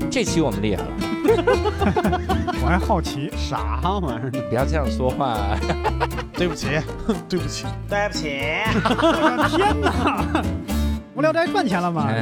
这期我们厉害了。 我还好奇啥玩意儿？ 不要这样说话。 对不起，对不起， 对不起。 我的天哪！无聊斋赚钱了吗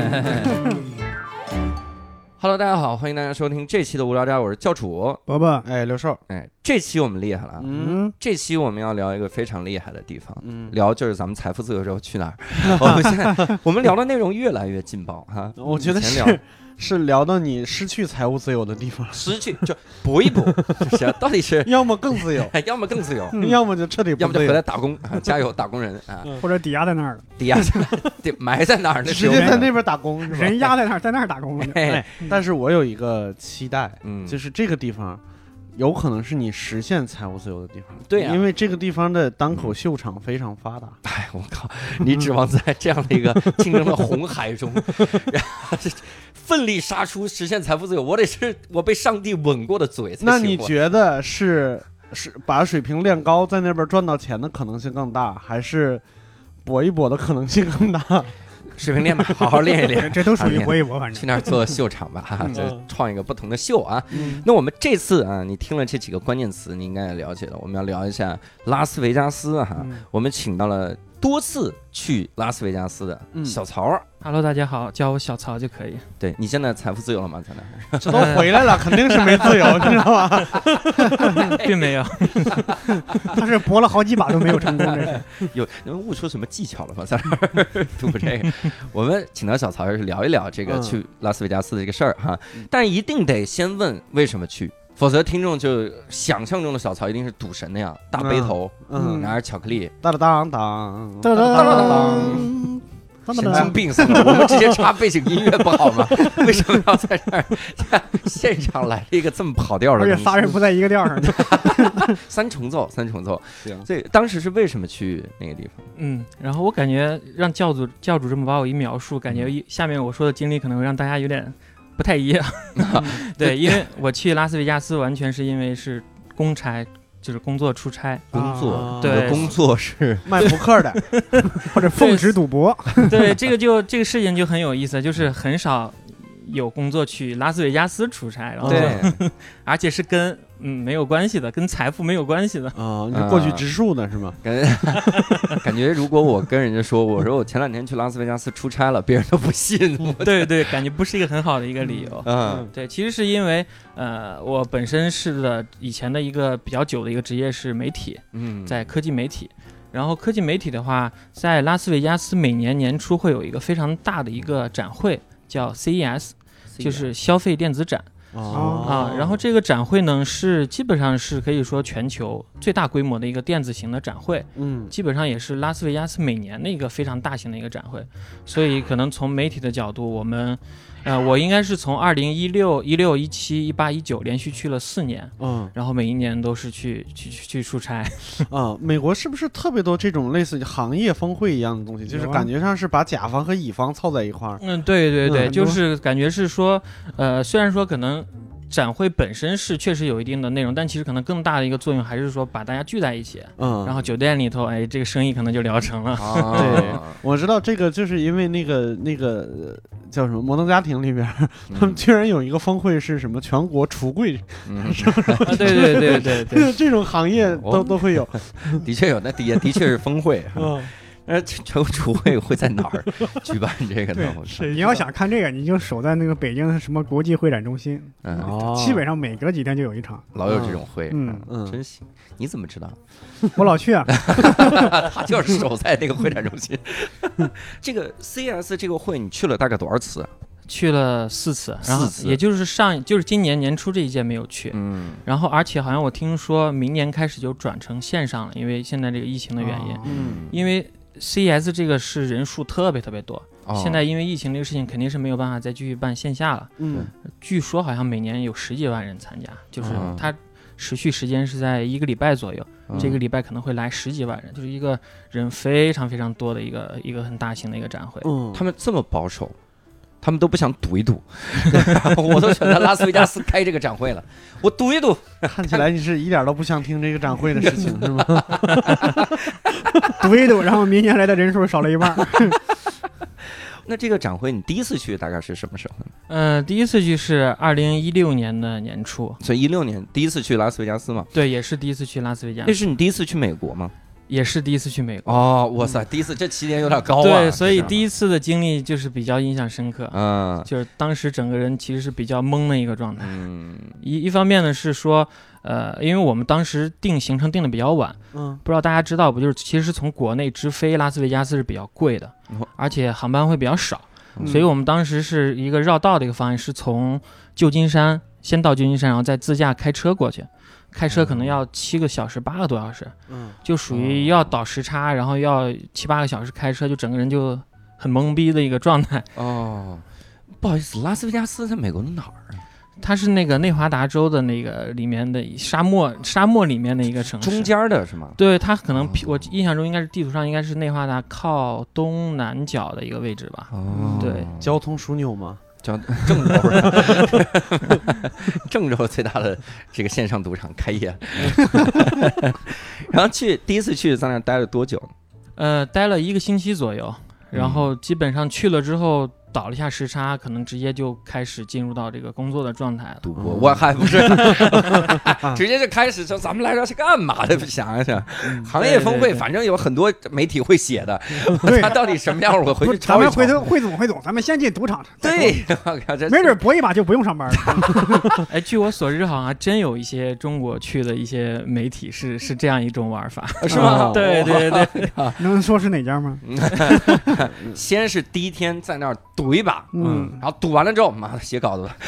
？Hello， 大家好，欢迎大家收听这期的无聊斋，我是教主伯伯。 哎，刘寿， 哎，这期我们厉害了，这期我们要聊一个非常厉害的地方，聊就是咱们财富自由之后去哪儿。我们聊的内容越来越劲爆哈， 我觉得是聊到你失去财务自由的地方， 失去就搏一搏，是到底是要么更自由， 要么更自由， 要么就彻底不自由， 要么就回来打工，加油打工人啊， 或者抵押在那儿了， 抵押埋在哪儿？那直接在那边打工， 人压在那儿，在那儿打工了。 但是我有一个期待，就是这个地方有可能是你实现财务自由的地方。 对呀， 因为这个地方的单口秀场非常发达。 哎，我靠！你指望在这样的一个竞争的红海中，然后奋力杀出实现财富自由，我得是我被上帝吻过的嘴才行。 那你觉得是把水平练高，在那边赚到钱的可能性更大，还是搏一搏的可能性更大？ 水平练吧，好好练一练， 这都属于搏一搏，反正去那儿做秀场吧，就创一个不同的秀啊。那我们这次啊，你听了这几个关键词，你应该也了解了。我们要聊一下拉斯维加斯哈，我们请到了多次去拉斯维加斯的小曹。 Hello， 大家好，叫我小曹就可以。 对，你现在财富自由了吗？在那这都回来了，肯定是没自由，你知道吗？ 并没有， 他是搏了好几把都没有成功。这是有悟出什么技巧了吗？在那儿赌这个，我们请到小曹是聊一聊这个去拉斯维加斯的这个事儿哈，但一定得先问为什么去。否则听众就想象中的小曹一定是赌神那样，大背头，拿着巧克力， 当当当当当神经病似的。我们直接插背景音乐不好吗？为什么要在这儿现场来了一个这么跑调的东西？ 而且仨人不在一个调上。 三重奏。所以当时是为什么去那个地方？ 然后我感觉让教主这么把我一描述，感觉下面我说的经历可能会让大家有点不太一样。对，因为我去拉斯维加斯完全是因为是公差，就是工作出差。 工作， 对， 工作是卖扑克的， 或者奉旨赌博。 对，这个事情就很有意思，就是很少有工作去拉斯维加斯出差，然后而且是跟没有关系的，跟财富没有关系的你是过去植树的是吗？ 感觉如果我跟人家说，我说我前2天去拉斯维加斯出差了，别人都不信我。 对，感觉不是一个很好的一个理由。对，其实是因为我本身以前的一个比较久的一个职业是媒体，在科技媒体。然后科技媒体的话，在拉斯维加斯每年年初会有一个非常大的一个展会，叫 CES， 就是消费电子展。然后这个展会呢是基本上是可以说全球最大规模的一个电子型的展会，基本上也是拉斯维加斯每年的一个非常大型的一个展会，所以可能从媒体的角度，我应该是从2016、16、17、18、19连续去了4年，然后每一年都是去出差。 美国是不是特别多这种类似行业峰会一样的东西？就是感觉上是把甲方和乙方凑在一块儿。 对，就是感觉是说，虽然说可能展会本身是确实有一定的内容，但其实可能更大的一个作用还是说把大家聚在一起，然后酒店里头，这个生意可能就聊成了。 对，我知道这个就是因为那个叫什么《摩登家庭》里边，他们居然有一个峰会是什么全国橱柜， 对， 这种行业都会有， 的确有，那的确是峰会。全国橱会会在哪儿举办这个呢？ 是你要想看这个，你就守在那个北京什么国际会展中心，基本上每隔几天就有一场， 老有这种会，真行。你怎么知道？ 我老去啊。 他就是守在那个会展中心。这个 CES 这个会你去了大概多少次啊？ 去了4次，然后也就是今年年初这一届没有去，然后而且好像我听说明年开始就转成线上了，因为现在这个疫情的原因，因为CES 这个是人数特别特别多，现在因为疫情这个事情肯定是没有办法再继续办线下了。据说好像每年有10几万人参加，就是它持续时间是在1个礼拜左右，这个礼拜可能会来10几万人，就是一个人非常非常多的一个很大型的一个展会。 他们这么保守，他们都不想赌一赌。我都选择拉斯维加斯开这个展会了，我赌一赌。 看起来你是一点都不想听这个展会的事情是吗？ 赌一赌，然后明年来的人数少了1半。 那这个展会你第一次去大概是什么时候呢？ 第一次去是2016年的年初， 所以16年第一次去拉斯维加斯嘛？ 对，也是第一次去拉斯维加斯。 那是你第一次去美国吗？ 也是第一次去美国。 哦，哇塞，第一次这起点有点高啊。 对，所以第一次的经历就是比较印象深刻。 就是当时整个人其实是比较懵的一个状态。一方面呢是说，因为我们当时定行程定的比较晚，不知道大家知道不？就是其实从国内直飞拉斯维加斯是比较贵的，而且航班会比较少，所以我们当时是一个绕道的一个方案，是从旧金山先到旧金山，然后再自驾开车过去。开车可能要7个小时8个多小时，就属于要倒时差，然后要7、8个小时开车，就整个人就很懵逼的一个状态。 不好意思，拉斯维加斯在美国的哪儿啊？ 它是那个内华达州的那个里面的沙漠里面的一个城市， 中间的是吗？ 对，它可能我印象中应该是地图上应该是内华达靠东南角的一个位置吧。对， 交通枢纽吗？ 郑州，郑州最大的这个线上赌场开业。然后第一次去在那待了多久？ 待了1个星期左右，然后基本上去了之后倒了一下时差，可能直接就开始进入到这个工作的状态了。 赌博我还不是直接就开始说咱们来这是干嘛的？想一想，行业峰会反正有很多媒体会写的，他到底什么样我回去咱们回头汇总，咱们先进赌场。 对， 没准搏一把就不用上班了。 哎，据我所知，好像真有一些中国去的一些媒体是这样一种玩法， 是吗？ 对对对， 能说是哪家吗？ 先是第一天在那儿赌一把，然后赌完了之后，妈的写稿子了。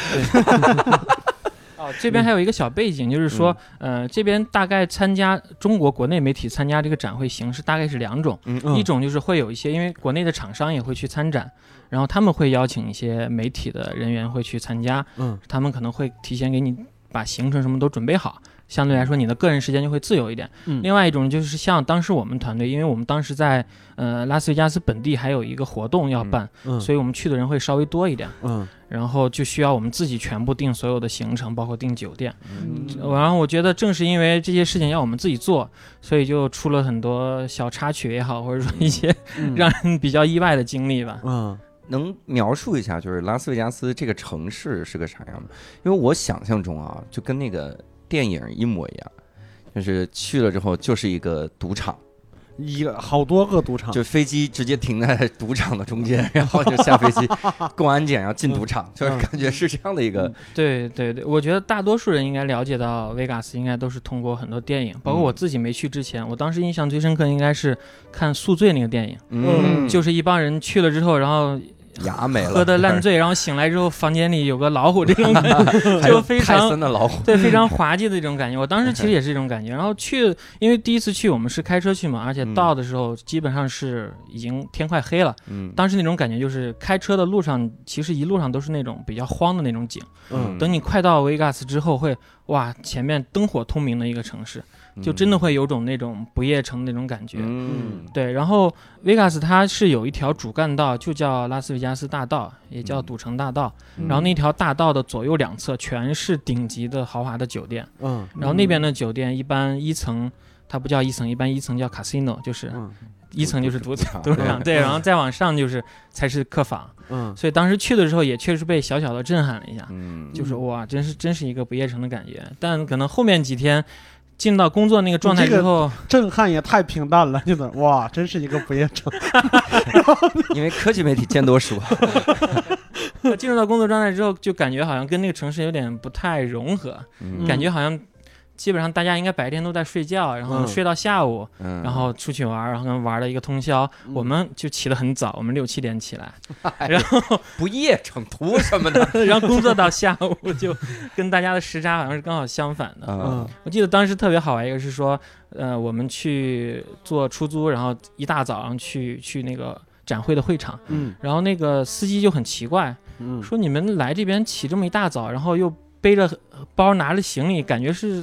这边还有一个小背景，就是说，这边大概参加中国国内媒体参加这个展会形式大概是2种，一种就是会有一些，因为国内的厂商也会去参展，然后他们会邀请一些媒体的人员会去参加，他们可能会提前给你把行程什么都准备好。相对来说，你的个人时间就会自由一点。另外一种就是像当时我们团队，因为我们当时在拉斯维加斯本地还有一个活动要办，所以我们去的人会稍微多一点。然后就需要我们自己全部定所有的行程，包括订酒店。然后我觉得正是因为这些事情要我们自己做，所以就出了很多小插曲也好，或者说一些让人比较意外的经历吧。 能描述一下就是拉斯维加斯这个城市是个啥样的？因为我想象中啊，就跟那个电影一模一样，就是去了之后就是一个赌场， 好多个赌场， 就飞机直接停在赌场的中间，然后就下飞机过安检，然后进赌场，就是感觉是这样的一个。 对对对，我觉得大多数人应该了解到维加斯，应该都是通过很多电影，包括我自己没去之前，我当时印象最深刻应该是看《宿醉》那个电影，就是一帮人去了之后，然后牙没了， 喝的烂醉，然后醒来之后房间里有个老虎，这种感觉就非常泰森的老虎， 对，非常滑稽的这种感觉。我当时其实也是这种感觉。然后去，因为第一次去我们是开车去嘛，而且到的时候基本上是已经天快黑了。当时那种感觉就是开车的路上，其实一路上都是那种比较荒的那种景。等你快到维加斯之后会，哇，前面灯火通明的一个城市。就真的会有种那种不夜城那种感觉。对。然后维加斯它是有一条主干道，就叫拉斯维加斯大道，也叫赌城大道。然后那条大道的左右两侧全是顶级的豪华的酒店。然后那边的酒店一般一层它不叫一层，一般一层叫 casino， 就是一层就是赌场，对，然后再往上就是才是客房。所以当时去的时候也确实被小小的震撼了一下。就是哇，真是一个不夜城的感觉。但可能后面几天进到工作那个状态之后， 震撼也太平淡了，就是哇，真是一个不夜城。 因为科技媒体见多识广。 进入到工作状态之后，就感觉好像跟那个城市有点不太融合，感觉好像基本上大家应该白天都在睡觉，然后睡到下午，然后出去玩，然后玩了一个通宵。我们就起得很早，我们6、7点起来，然后不夜城图什么的， 然后工作到下午，就跟大家的时差好像是刚好相反的。我记得当时特别好玩一个是说，我们去坐出租，然后一大早上去那个展会的会场，然后那个司机就很奇怪，说你们来这边起这么一大早，然后又背着包拿着行李，感觉是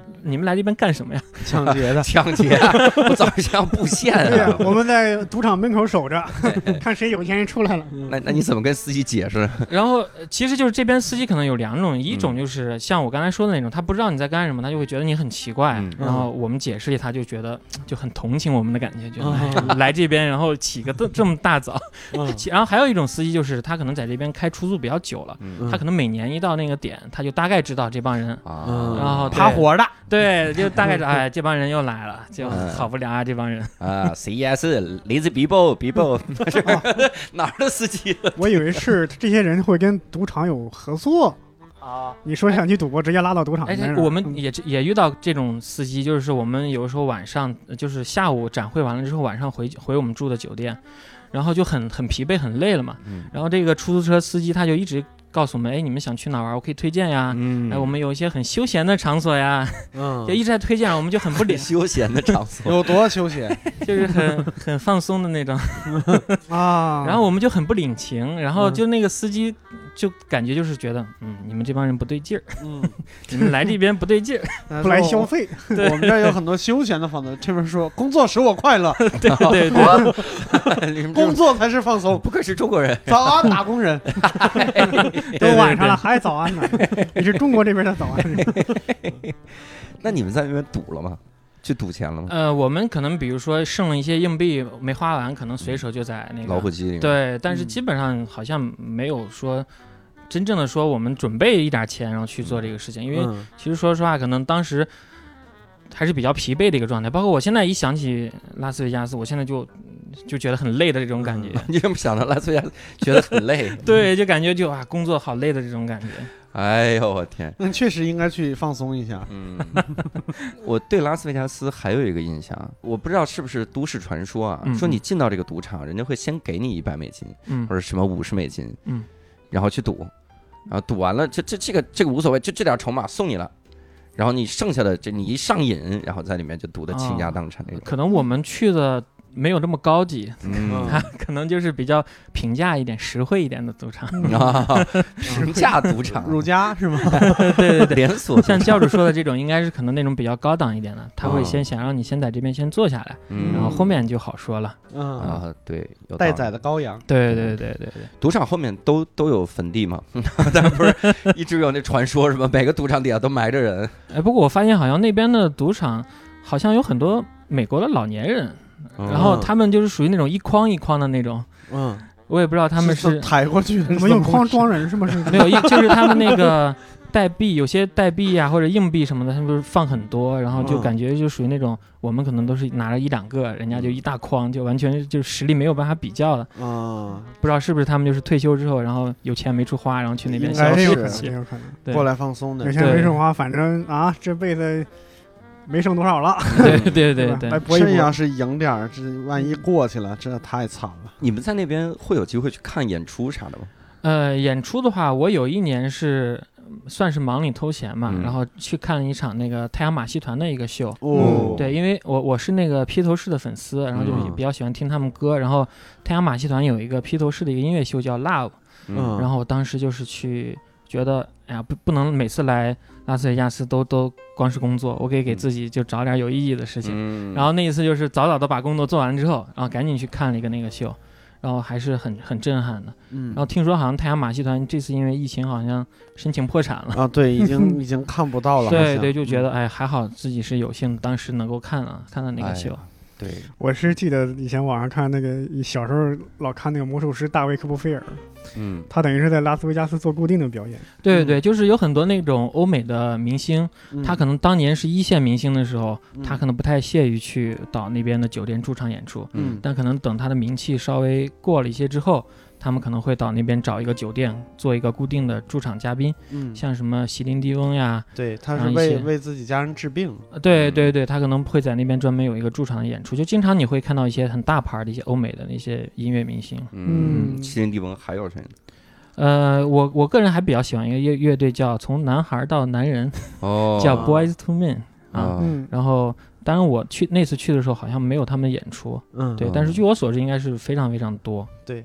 你们来这边干什么呀？ 抢劫的， 抢劫，我早上布线啊！ 我们在赌场门口守着，看谁有钱人出来了。 那你怎么跟司机解释？ 然后其实就是这边司机可能有2种，一种就是像我刚才说的那种，他不知道你在干什么，他就会觉得你很奇怪，然后我们解释他就觉得就很同情我们的感觉，觉得来这边然后起个这么大早。然后还有一种司机就是他可能在这边开出租比较久了，他可能每年一到那个点，他就大概知道这帮人，然后爬活的， 对，就大概是哎，这帮人又来了，就好不了啊，这帮人啊 ，CES 来自 Bibo，哪儿的司机？ 我以为是这些人会跟赌场有合作啊。你说想去赌博，直接拉到赌场。 我们也遇到这种司机，就是我们有时候晚上就是下午展会完了之后，晚上回我们住的酒店，然后就很疲惫很累了嘛，然后这个出租车司机他就一直告诉我们，哎，你们想去哪玩？我可以推荐呀。哎，我们有一些很休闲的场所呀，就一直在推荐，我们就很不理。 休闲的场所有多休闲？ 就是很放松的那种啊。 然后我们就很不领情，然后就那个司机就感觉就是觉得，你们这帮人不对劲儿，你们来这边不对劲儿， 不来消费。 我们这儿有很多休闲的房子，这边说工作使我快乐， 对， 工作才是放松。 不愧是中国人， 早安打工人。 都晚上了还早安呢？你是中国这边的早安。 那你们在那边赌了吗？去赌钱了吗？ 我们可能比如说剩了一些硬币没花完，可能随手就在那个老虎机里面。 对，但是基本上好像没有说真正的说我们准备一点钱然后去做这个事情，因为其实说实话，可能当时还是比较疲惫的一个状态。包括我现在一想起拉斯维加斯，我现在就觉得很累的这种感觉。 你怎么想到拉斯维加斯觉得很累？ 对，就感觉就工作好累的这种感觉。 哎呦我天， 那确实应该去放松一下。 我对拉斯维加斯还有一个印象，我不知道是不是都市传说啊，说你进到这个赌场，人家会先给你$100，或者什么$50，然后去赌，然后赌完了，这个无所谓，就这点筹码送你了。然后你剩下的你一上瘾，然后在里面就赌得倾家荡产那种。 可能我们去的没有这么高级，它可能就是比较平价一点、实惠一点的赌场平价赌场， 儒家是吗？ 对， 连锁。 像教主说的这种，应该是可能那种比较高档一点的，他会先想让你先在这边先坐下来，然后后面就好说了。 对， 待宰的羔羊。 对， 赌场后面都有坟地嘛，但不是一直有那传说什么每个赌场底下都埋着人。 哎，不过我发现好像那边的赌场好像有很多美国的老年人。然后他们就是属于那种一筐一筐的那种，我也不知道他们是抬过去的， 怎么用筐装人是吗？ 没有，就是他们那个代币，有些代币呀或者硬币什么的，他们就是放很多，然后就感觉就属于那种我们可能都是拿了1-2个，人家就一大筐，就完全就实力没有办法比较的。不知道是不是他们就是退休之后，然后有钱没处花，然后去那边消费， 有可能过来放松的。 有钱没处花，反正这辈子没剩多少了。 对， 真要是赢点，这万一过去了，这太惨了。 你们在那边会有机会去看演出啥的吗？ 演出的话，我有一年是算是忙里偷闲嘛，然后去看了一场那个太阳马戏团的一个秀。对，因为我是那个披头士的粉丝，然后就比较喜欢听他们歌，然后太阳马戏团有一个披头士的一个音乐秀叫 Love，然后我当时就是去觉得，哎呀，不能每次来拉斯维加斯都光是工作，我给自己就找点有意义的事情。然后那一次就是早早的把工作做完之后，然后赶紧去看了一个那个秀，然后还是很震撼的。然后听说好像太阳马戏团这次因为疫情好像申请破产了啊，对，已经看不到了。 对，就觉得哎，还好自己是有幸当时能够看到那个秀。 对， 我是记得以前网上看那个，小时候老看那个魔术师大卫科波菲尔，他等于是在拉斯维加斯做固定的表演。 对，就是有很多那种欧美的明星，他可能当年是1线明星的时候，他可能不太屑于去到那边的酒店驻场演出，但可能等他的名气稍微过了一些之后，他们可能会到那边找一个酒店做一个固定的驻场嘉宾，像什么席琳迪翁呀， 对，他是为自己家人治病， 对，他可能会在那边专门有一个驻场的演出，就经常你会看到一些很大牌的一些欧美的那些音乐明星。 席琳迪翁还有谁？ 我个人还比较喜欢一个乐队叫从男孩到男人，叫 Boys to Men 然后当然我那次去的时候好像没有他们的演出，对，但是据我所知应该是非常非常多。 对。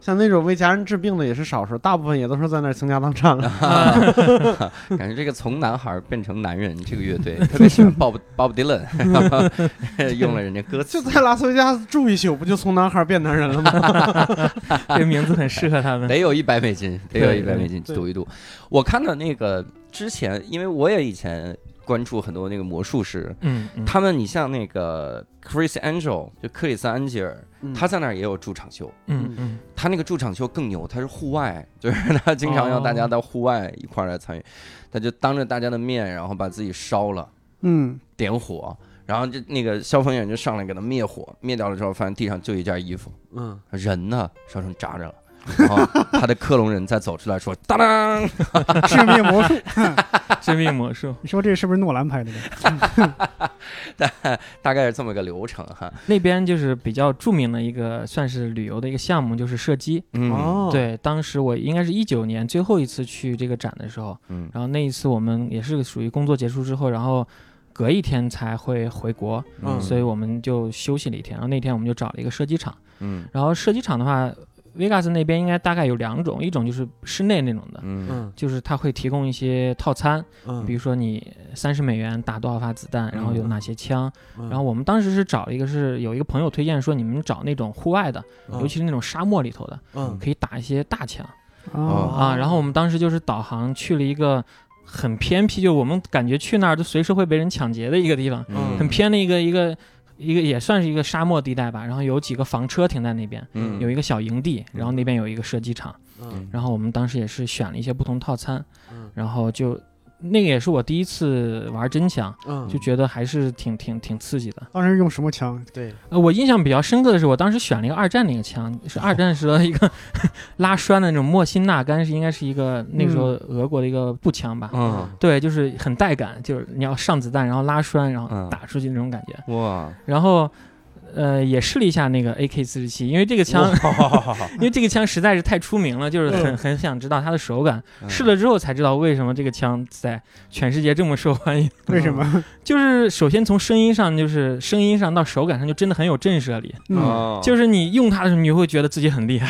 像那种为家人治病的也是少数，大部分也都是在那倾家荡产了。 感觉这个从男孩变成男人这个乐队特别喜欢Bob Dylan， 用了人家歌词， 就在拉斯维加斯住一宿，不就从男孩变男人了吗？ 这名字很适合他们， 得有$100，得有$100赌一赌。我看到那个之前，因为我也以前关注很多那个魔术师，他们你像那个 Chris Angel 就克里斯安吉尔，他在那儿也有驻场秀，他那个驻场秀更牛，他是户外，就是他经常要大家到户外一块来参与，他就当着大家的面，然后把自己烧了，点火，然后就那个消防员就上来给他灭火，灭掉了之后，发现地上就一件衣服，人呢烧成渣渣了。然后他的克隆人再走出来说：“当当， 致命魔术， 致命魔术。” 你说这是不是诺兰拍的？ 大概是这么个流程哈。 那边就是比较著名的一个算是旅游的一个项目，就是射击。对，当时我应该是19年最后一次去这个展的时候，然后那一次我们也是属于工作结束之后，然后隔一天才会回国，所以我们就休息了一天。然后那天我们就找了一个射击场，然后射击场的话。Vegas 那边应该大概有2种，一种就是室内那种的，就是它会提供一些套餐，比如说你$30打多少发子弹，然后有哪些枪，然后我们当时是找了一个是有一个朋友推荐说你们找那种户外的，尤其是那种沙漠里头的，可以打一些大枪，然后我们当时就是导航去了一个很偏僻，就我们感觉去那儿都随时会被人抢劫的一个地方，很偏的一个也算是一个沙漠地带吧，然后有几个房车停在那边，有一个小营地，然后那边有一个射击场，然后我们当时也是选了一些不同套餐，然后就那个也是我第一次玩真枪，就觉得还是挺刺激的。 当时用什么枪？ 对， 我印象比较深刻的是，我当时选了一个2战那个枪，是2战时的一个拉栓的那种莫辛纳甘，应该是一个那个时候俄国的一个步枪吧。对，就是很带感，就是你要上子弹，然后拉栓，然后打出去那种感觉。哇，然后。也试了一下那个 AK-47，因为这个枪，因为这个枪实在是太出名了，就是很想知道它的手感。试了之后才知道为什么这个枪在全世界这么受欢迎。 为什么？ 就是首先从声音上，就是声音上到手感上，就真的很有震慑力。就是你用它的时候，你会觉得自己很厉害。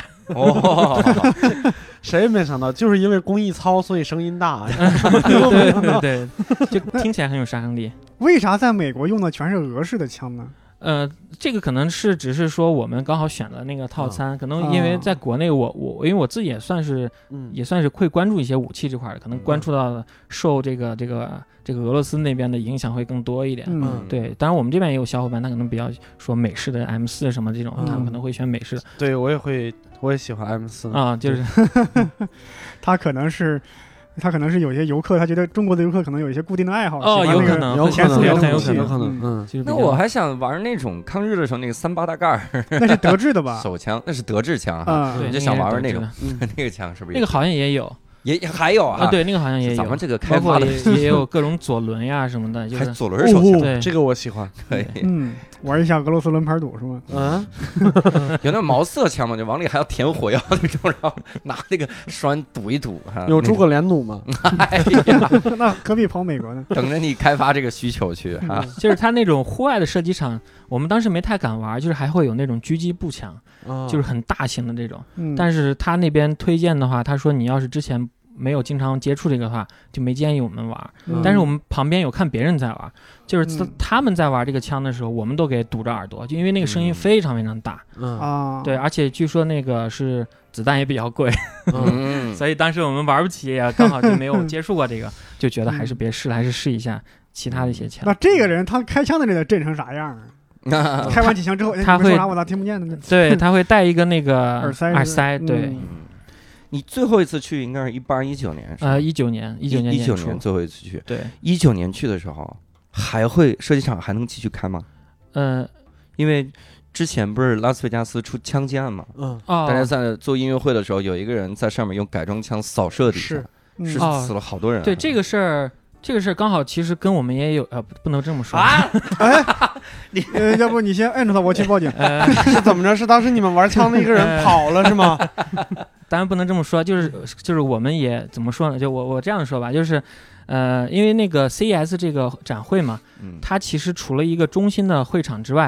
谁也没想到，就是因为工艺糙，所以声音大。 对，就听起来很有杀伤力。 为啥在美国用的全是俄式的枪呢？ 这个可能是只是说我们刚好选了那个套餐，可能因为在国内我因为我自己也算是会关注一些武器这块的，可能关注到受这个俄罗斯那边的影响会更多一点。对，当然我们这边也有小伙伴，他可能比较说美式的 M4什么这种，他们可能会选美式的。 对，我也喜欢 M4 啊，就是他可能是有些游客，他觉得中国的游客可能有一些固定的爱好， 有可能， 那我还想玩那种抗日的时候那个38大盖， 那是德制的吧？ 手枪，那是德制枪啊，就想玩那种，那个枪是不是？ 那个好像也有。 也还有啊， 对，那个好像也有。 咱们这个开发的也有各种左轮呀什么的，就是还左轮手枪， 对， 这个我喜欢。 可以， 玩一下俄罗斯轮盘赌是吗？ 有那毛瑟枪吗？就往里还要填火药那种，然后拿那个栓赌一赌。 有诸葛连弩吗？ 哎呀，那何必跑美国呢？ 等着你开发这个需求去啊！ 就是他那种户外的射击场，我们当时没太敢玩，就是还会有那种狙击步枪，就是很大型的这种。但是他那边推荐的话，他说你要是之前没有经常接触这个的话，就没建议我们玩。但是我们旁边有看别人在玩，就是他们在玩这个枪的时候，我们都给堵着耳朵，就因为那个声音非常非常大。对，而且据说那个是子弹也比较贵，所以当时我们玩不起，也刚好就没有接触过这个，就觉得还是别试了，还是试一下其他的一些枪。 那这个人他开枪的人得震成啥样啊？开完几枪之后， 他会我咋听不见呢？ 对，他会带一个那个耳塞，对。 你最后一次去应该是18、19年 ，19年最后一次去。 对 ，19年去的时候，还会射击场还能继续开吗？因为之前不是拉斯维加斯出枪击案嘛，大家在做音乐会的时候，有一个人在上面用改装枪扫射底下，是死了好多人。 对这个事儿刚好其实跟我们也有不能这么说啊！你要不你先摁住他，我去报警。 是怎么着？是当时你们玩枪的一个人跑了是吗？ 当然不能这么说，就是我们也怎么说呢？就我这样说吧，就是因为那个 CES 这个展会嘛，它其实除了一个中心的会场之外，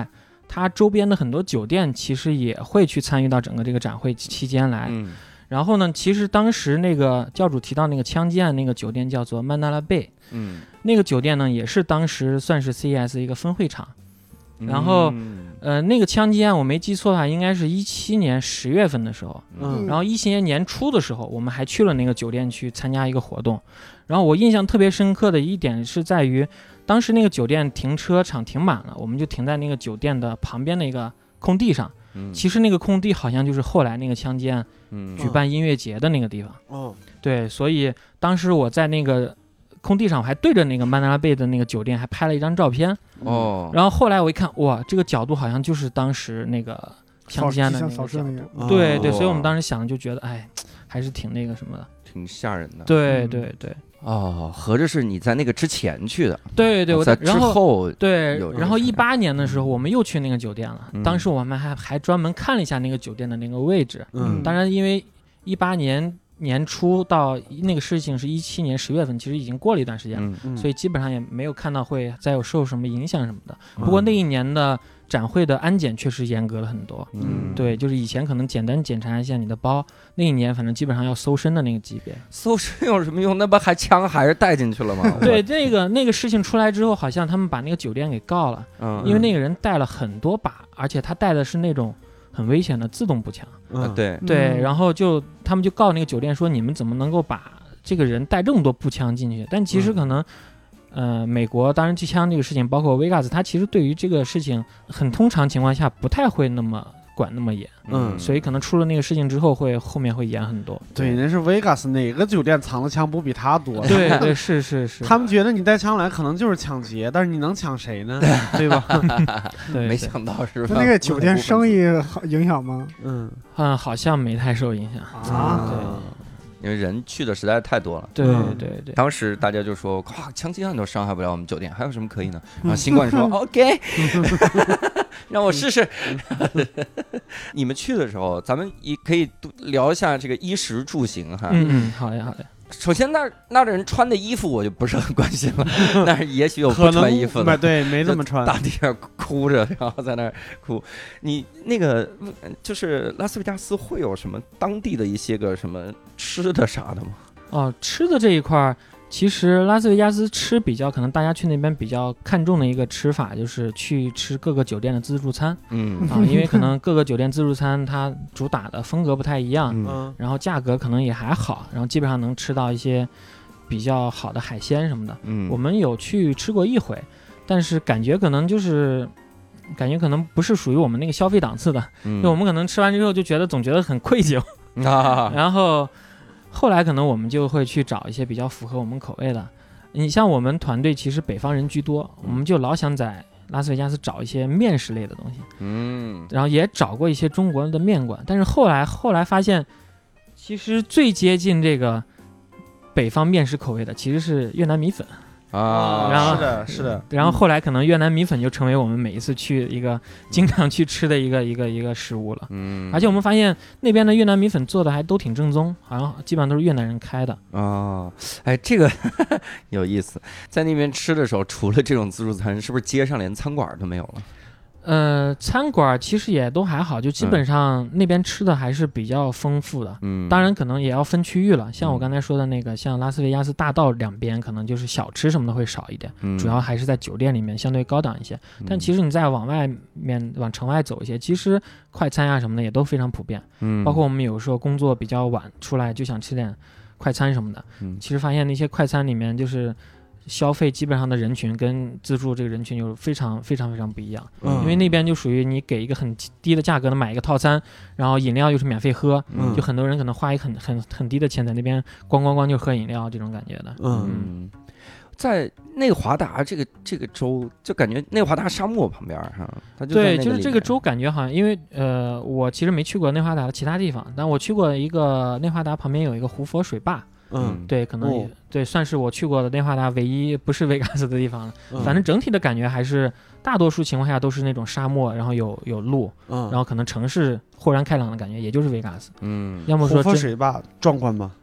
它周边的很多酒店其实也会去参与到整个这个展会期间来。然后呢，其实当时那个教主提到那个枪击案那个酒店叫做曼达拉贝，那个酒店呢也是当时算是 CES 一个分会场。然后那个枪击案我没记错的话，应该是17年10月份的时候，然后17年年初的时候，我们还去了那个酒店去参加一个活动。然后我印象特别深刻的一点是在于，当时那个酒店停车场停满了，我们就停在那个酒店的旁边的一个空地上。其实那个空地好像就是后来那个枪击案举办音乐节的那个地方。对，所以当时我在那个空地上，我还对着那个曼达拉贝的那个酒店还拍了一张照片。然后后来我一看，哇，这个角度好像就是当时那个枪击案的那个角度。对对，所以我们当时想就觉得，哎，还是挺那个什么的， 挺吓人的。 对对对。 合着是你在那个之前去的？ 对对，我在之后对，然后18年的时候我们又去那个酒店了。当时我们还专门看了一下那个酒店的那个位置。当然因为18年年初到那个事情是17年10月份，其实已经过了一段时间了，所以基本上也没有看到会再有受什么影响什么的。不过那一年的展会的安检确实严格了很多。对，就是以前可能简单检查一下你的包，那一年反正基本上要搜身的那个级别。 搜身有什么用？那不还枪还是带进去了吗？ 对，那个事情出来之后，好像他们把那个酒店给告了。因为那个人带了很多把，而且他带的是那种很危险的自动步枪。对，然后他们就告那个酒店说，你们怎么能够把这个人带这么多步枪进去？但其实可能美国当然机枪这个事情，包括 Vegas， 它其实对于这个事情很通常情况下不太会那么管那么严。所以可能出了那个事情之后后面会严很多。 对，那是 Vegas 哪个酒店藏的枪不比他多？ 对对，是。 他们觉得你带枪来可能就是抢劫，但是你能抢谁呢？对吧？ 对， 没想到是吧？ 那个酒店生意影响吗？ 好像没太受影响啊。对。 因为人去的实在太多了。 对对对， 当时大家就说，哇，枪击案都伤害不了我们酒店，还有什么可以呢？然后新冠说OK， 让我试试。你们去的时候，咱们也可以聊一下这个衣食住行哈。 好呀好呀。 首先那的人穿的衣服我就不是很关心了，但是也许有不穿衣服的， 对，没怎么穿， 大地上哭着，然后在那儿哭。你那个就是拉斯维加斯会有什么当地的一些个什么吃的啥的吗？ 吃的这一块其实拉斯维加斯吃比较可能大家去那边比较看重的一个吃法就是去吃各个酒店的自助餐。因为可能各个酒店自助餐它主打的风格不太一样，然后价格可能也还好，然后基本上能吃到一些比较好的海鲜什么的。我们有去吃过一回，但是感觉可能不是属于我们那个消费档次的，因为我们可能吃完之后就总觉得很愧疚然后后来可能我们就会去找一些比较符合我们口味的。你像我们团队其实北方人居多，我们就老想在拉斯维加斯找一些面食类的东西。然后也找过一些中国的面馆，但是后来发现，其实最接近这个北方面食口味的其实是越南米粉。然后是的， 然后后来可能越南米粉就成为我们每一次去一个经常去吃的一个食物了。而且我们发现那边的越南米粉做的还都挺正宗，好像基本上都是越南人开的。 这个有意思。在那边吃的时候，除了这种自助餐，是不是街上连餐馆都没有了？ 餐馆其实也都还好，就基本上那边吃的还是比较丰富的。当然可能也要分区域了，像我刚才说的那个，像拉斯维加斯大道两边可能就是小吃什么的会少一点，主要还是在酒店里面相对高档一些。但其实你再往城外走一些，其实快餐啊什么的也都非常普遍。包括我们有时候工作比较晚出来就想吃点快餐什么的，其实发现那些快餐里面就是消费基本上的人群跟自助这个人群就非常非常非常不一样。因为那边就属于你给一个很低的价格的买一个套餐，然后饮料又是免费喝，就很多人可能花一个很低的钱在那边咣就喝饮料这种感觉的。 在内华达这个州，就感觉内华达沙漠旁边哈， 对，就是这个州感觉好像，因为我其实没去过内华达的其他地方，但我去过一个内华达旁边有一个胡佛水坝。对，可能也对，算是我去过的内华达唯一不是维加斯的地方了。反正整体的感觉还是大多数情况下都是那种沙漠，然后有路，然后可能城市豁然开朗的感觉，也就是维加斯。要么说胡佛水坝壮观吗？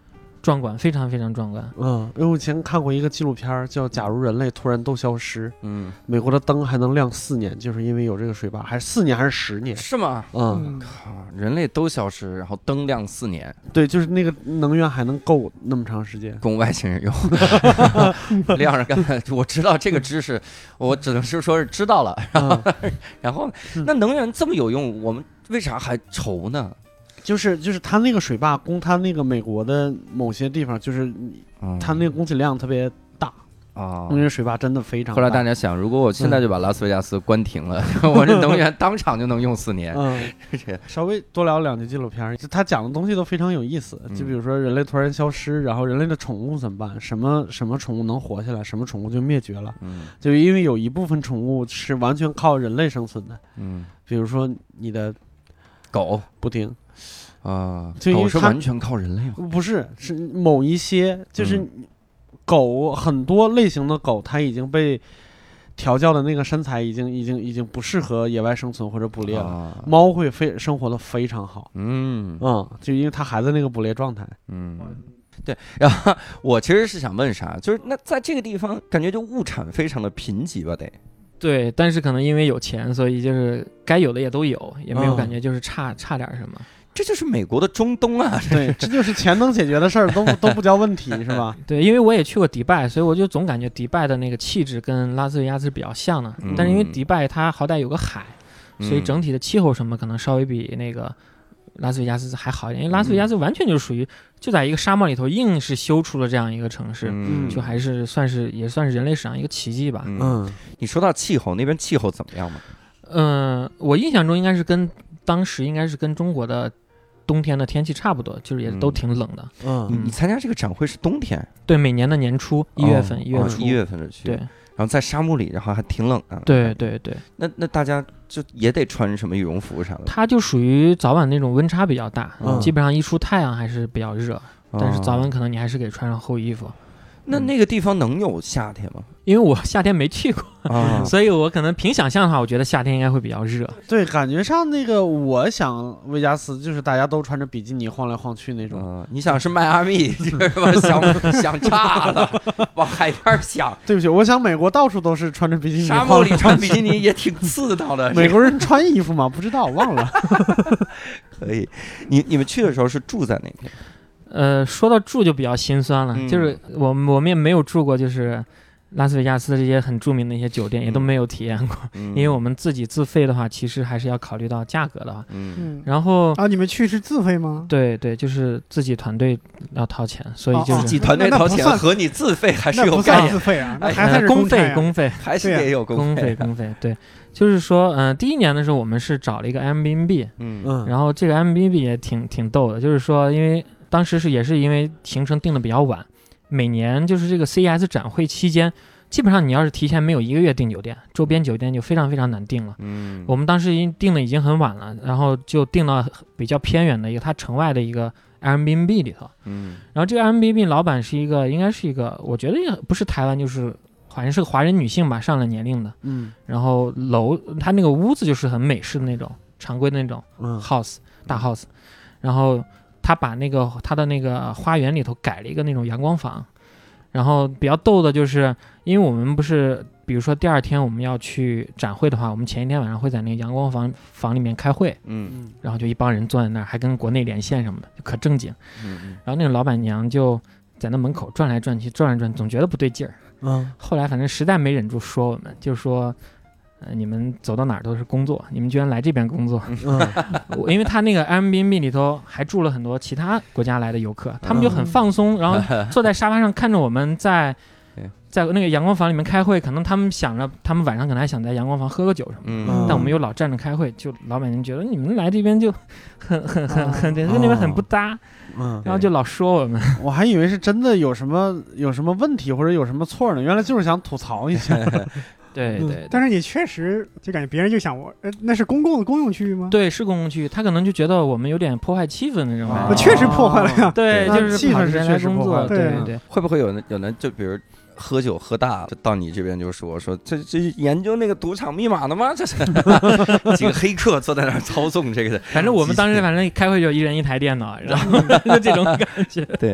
壮观，非常非常壮观。 因为我以前看过一个纪录片叫《假如人类突然都消失》，美国的灯还能亮4年，就是因为有这个水坝，还是4年还是10年？ 是吗？靠，人类都消失，然后灯亮4年， 对，就是那个能源还能够那么长时间， 供外星人用，亮着干。我知道这个知识，我只能是说是知道了。然后那能源这么有用，我们为啥还愁呢？ 就是它那个水坝供它那个美国的某些地方，就是它那个供给量特别大啊，那个水坝真的非常大。 后来大家想，如果我现在就把拉斯维加斯关停了，我这能源当场就能用4年。 稍微多聊2句纪录片，他讲的东西都非常有意思。就比如说人类突然消失，然后人类的宠物怎么办？什么宠物能活下来，什么宠物就灭绝了。就因为有一部分宠物是完全靠人类生存的。比如说你的狗不听。 狗是完全靠人类吗？ 不是，是某一些，就是狗很多类型的狗，它已经被调教的那个身材已经不适合野外生存或者捕猎了。猫会生活的非常好，就因为它还在那个捕猎状态。 对。然后我其实是想问啥，就是那在这个地方感觉就物产非常的贫瘠吧？得。 对，但是可能因为有钱，所以就是该有的也都有，也没有感觉就是差点什么。 这就是美国的中东啊！ 对，这就是钱能解决的事儿，都不叫问题，是吧？ 对，因为我也去过迪拜，所以我就总感觉迪拜的那个气质跟拉斯维加斯是比较像的。但是因为迪拜它好歹有个海，所以整体的气候什么可能稍微比那个拉斯维加斯还好一点。因为拉斯维加斯完全就是属于就在一个沙漠里头硬是修出了这样一个城市，就还是也算是人类史上一个奇迹吧。 你说到气候，那边气候怎么样吗？ 我印象中当时应该是跟中国的冬天的天气差不多，就是也都挺冷的。 你参加这个展会是冬天？ 对，每年的年初1月份，1月初 1月份的去。 对， 然后在沙漠里，然后还挺冷的。 对。 那大家就也得穿什么羽绒服啥的？ 它就属于早晚那种温差比较大，基本上一出太阳还是比较热，但是早晚可能你还是给穿上厚衣服。 那个地方能有夏天吗？ 因为我夏天没去过，所以我可能凭想象的话，我觉得夏天应该会比较热。 对，感觉上那个我想维加斯就是大家都穿着比基尼晃来晃去那种。 你想是迈阿密是吧？想差了，往海边想。 对不起，我想美国到处都是穿着比基尼， 沙漠里穿比基尼也挺刺挠的。 美国人穿衣服吗？不知道，忘了。 可以，你们去的时候是住在哪边？ 说到住就比较心酸了，就是我们也没有住过，就是拉斯维加斯这些很著名的一些酒店，也都没有体验过，因为我们自己自费的话，其实还是要考虑到价格的话。然后你们去是自费吗？ 对，就是自己团队要掏钱，所以就是自己团队掏钱和你自费还是有概念。 自费啊，那还是公费， 还是得有公费。对，就是说，第一年的时候我们是找了一个 Airbnb，然后这个 Airbnb 也挺逗的，就是说因为当时也是因为行程定的比较晚，每年就是这个 CES 展会期间，基本上你要是提前没有1个月订酒店，周边酒店就非常非常难订了。我们当时订的已经很晚了，然后就订到比较偏远的一个它城外的一个 Airbnb 里头。然后这个 Airbnb 老板应该是一个，我觉得也不是台湾，就是好像是个华人女性吧，上了年龄的。然后它那个屋子就是很美式的那种，常规的那种 house，大 house，然后他把他的那个花园里头改了一个那种阳光房，然后比较逗的就是，因为我们不是，比如说第2天我们要去展会的话，我们前一天晚上会在那个阳光房里面开会，然后就一帮人坐在那儿，还跟国内连线什么的，就可正经。然后那个老板娘就在那门口转来转去，总觉得不对劲儿。后来反正实在没忍住说我们，就说。你们走到哪儿都是工作，你们居然来这边工作。因为他那个 Airbnb 里头还住了很多其他国家来的游客，他们就很放松，然后坐在沙发上看着我们在那个阳光房里面开会，可能他们想着他们晚上可能还想在阳光房喝个酒什么的，但我们又老站着开会，就老板娘觉得你们来这边就很跟那边很不搭，然后就老说我们。 我还以为是真的有什么问题或者有什么错呢，原来就是想吐槽一下。 对， 但是你确实就感觉别人就想那是公共的公用区域吗？ 对，是公共区域，他可能就觉得我们有点破坏气氛那种感觉。 确实破坏了呀。 对，就是气氛是确实破坏。 对， 会不会有人就比如喝酒喝大就到你这边就说这研究那个赌场密码的吗？这是几个黑客坐在那儿操纵这个的。 反正我们当时开会就一人一台电脑，然后就这种感觉。 对，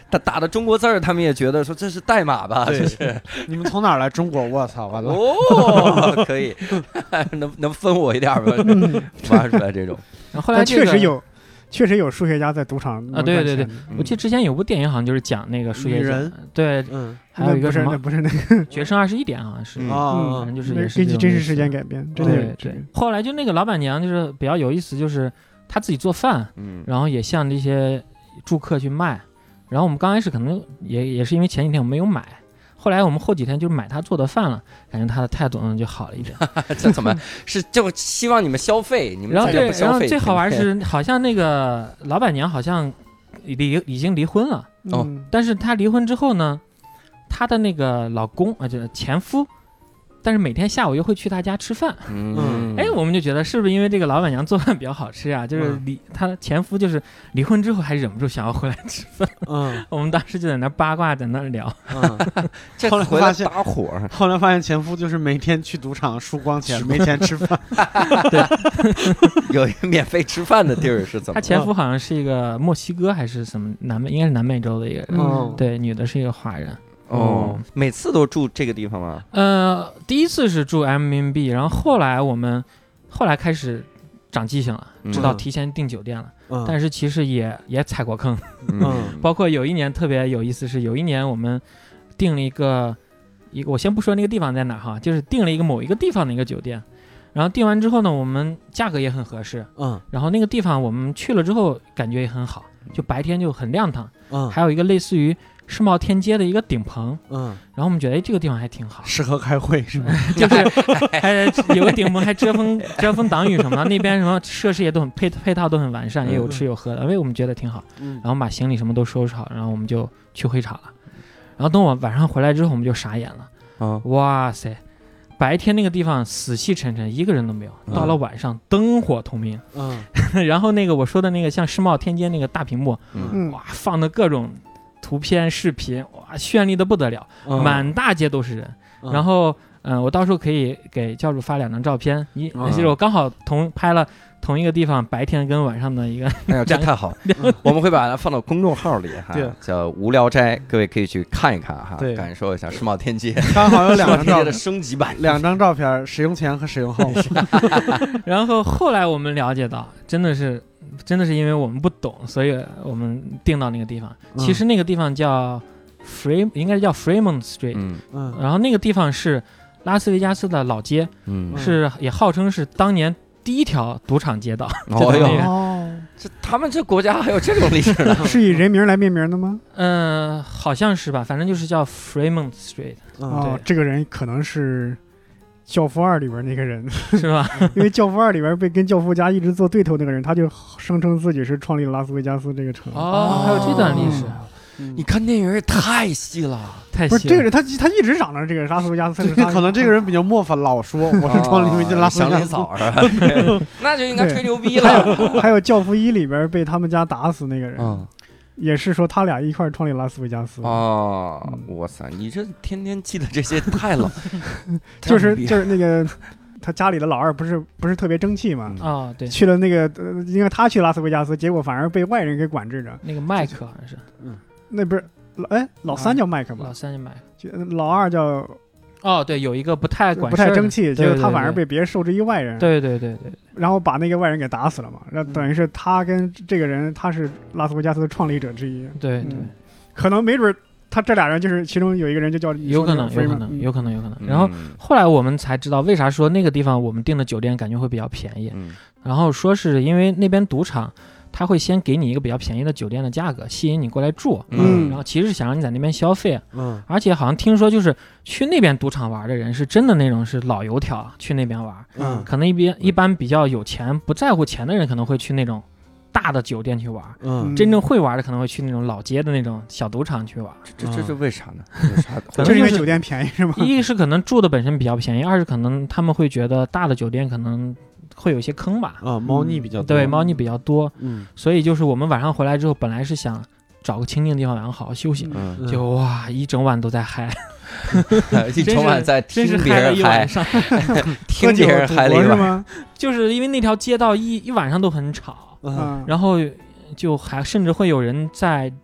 他打的中国字儿，他们也觉得说这是代码吧？ 对， 就是你们从哪儿来？中国，我操，完了。 哦，可以，能分我一点吗？挖出来这种。 然后后来确实有数学家在赌场啊，对对对，我记得之前有部电影好像就是讲那个数学家，对，还有一个什么， 不是那个 《决胜21点》好像是反正就是也是根据真实事件改编，真的对。后来就那个老板娘就是比较有意思，就是她自己做饭，然后也向这些住客去卖，然后我们刚开始可能也是因为前几天我们没有买。后来我们后几天就买他做的饭了，感觉他的态度就好了一点。 这怎么是就希望你们消费？你们然后对， 然后最好玩是，好像那个老板娘好像已经离婚了哦， 但是她离婚之后呢，她的那个老公就是前夫。但是每天下午又会去他家吃饭，我们就觉得是不是因为这个老板娘做饭比较好吃啊？就是她前夫就是离婚之后还忍不住想要回来吃饭，我们当时就在那八卦，在那聊， 这后来发现搭伙， 后来发现前夫就是每天去赌场输光钱，没钱吃饭， 对， 有一个免费吃饭的地儿是怎么？ 他前夫好像是一个墨西哥还是什么应该是南美洲的一个人，对，女的是一个华人。 每次都住这个地方吗？ 第一次是住 MMB， 然后后来开始长记性了，知道提前订酒店了，但是其实也踩过坑，包括有一年特别有意思，是有一年我们订了一个我先不说那个地方在哪哈，就是订了某一个地方的一个酒店，然后订完之后呢，我们价格也很合适，然后那个地方我们去了之后感觉也很好，就白天就很亮堂，还有一个类似于世贸天阶的一个顶棚，然后我们觉得这个地方还挺好， 适合开会是吧？ 就是还有个顶棚，还遮风挡雨什么的，那边什么设施也都很配套都很完善，也有吃有喝的，我们觉得挺好。然后把行李什么都收拾好，然后我们就去会场了。然后等我晚上回来之后，我们就傻眼了，哇塞！白天那个地方死气沉沉，一个人都没有。到了晚上，灯火通明。然后那个我说的那个像世贸天阶那个大屏幕，哇，放的各种图片视频，哇，绚丽的不得了，满大街都是人。然后我到时候可以给教主发2张照片，就是我刚好拍了同一个地方白天跟晚上的一个， 哎呀，这太好了！我们会把它放到公众号里哈，叫无聊斋，各位可以去看一看哈，感受一下世贸天阶， 刚好有2张照片的升级版 ，2张照片，使用前和使用后。 然后后来我们了解到，真的是因为我们不懂，所以我们订到那个地方。其实那个地方叫应该叫 Fremont Street，然后那个地方是拉斯维加斯的老街，是也号称是当年第一条赌场街道。 这他们这国家还有这种历史呢？ 是以人名来命名的吗？ 好像是吧，反正就是叫 Fremont Street。 这个人可能是《教父2》里边那个人， 是吧？ 因为《教父2》里边被跟教父家一直做对头那个人，他就声称自己是创立了拉斯维加斯这个城。 还有这段历史。 你看电影也太细了， 不是这个人，他一直长着这个拉斯维加斯， 可能这个人比较磨坊，老说我是创立拉斯维加斯， 那就应该吹牛逼了。 还有《教父1》里边被他们家打死那个人，也是说他俩一块创立拉斯维加斯。 哇塞，你这天天记得这些太冷， 就是那个。他家里的老二不是特别争气嘛？ 对， 去了那个，因为他去拉斯维加斯，结果反而被外人给管制着。 那个麦克好像是， 那不是老3叫麦克吧？ 老3叫麦克， 老2叫对，有一个不太争气，结果他反而被别人授之于外人。 对， 然后把那个外人给打死了嘛。那等于是他跟这个人，他是拉斯维加斯的创立者之一。 对， 可能没准。他这俩人就是其中有一个人就叫有可能。然后后来我们才知道为啥说那个地方我们订的酒店感觉会比较便宜，然后说是因为那边赌场他会先给你一个比较便宜的酒店的价格吸引你过来住，然后其实是想让你在那边消费，而且好像听说就是去那边赌场玩的人是真的那种是老油条去那边玩，可能一般比较有钱不在乎钱的人可能会去那种大的酒店去玩，真正会玩的可能会去那种老街的那种小赌场去玩。 这是为啥呢？ 就是因为酒店便宜是吗？ 一是可能住的本身比较便宜，二是可能他们会觉得大的酒店可能会有一些坑吧。 猫腻比较多。 对，猫腻比较多。所以就是我们晚上回来之后，本来是想找个清静的地方晚上好好休息，就哇一整晚都在嗨。 一整晚在听别人嗨，听别人嗨了一晚， 就是因为那条街道一晚上都很吵，然后就还甚至会有人在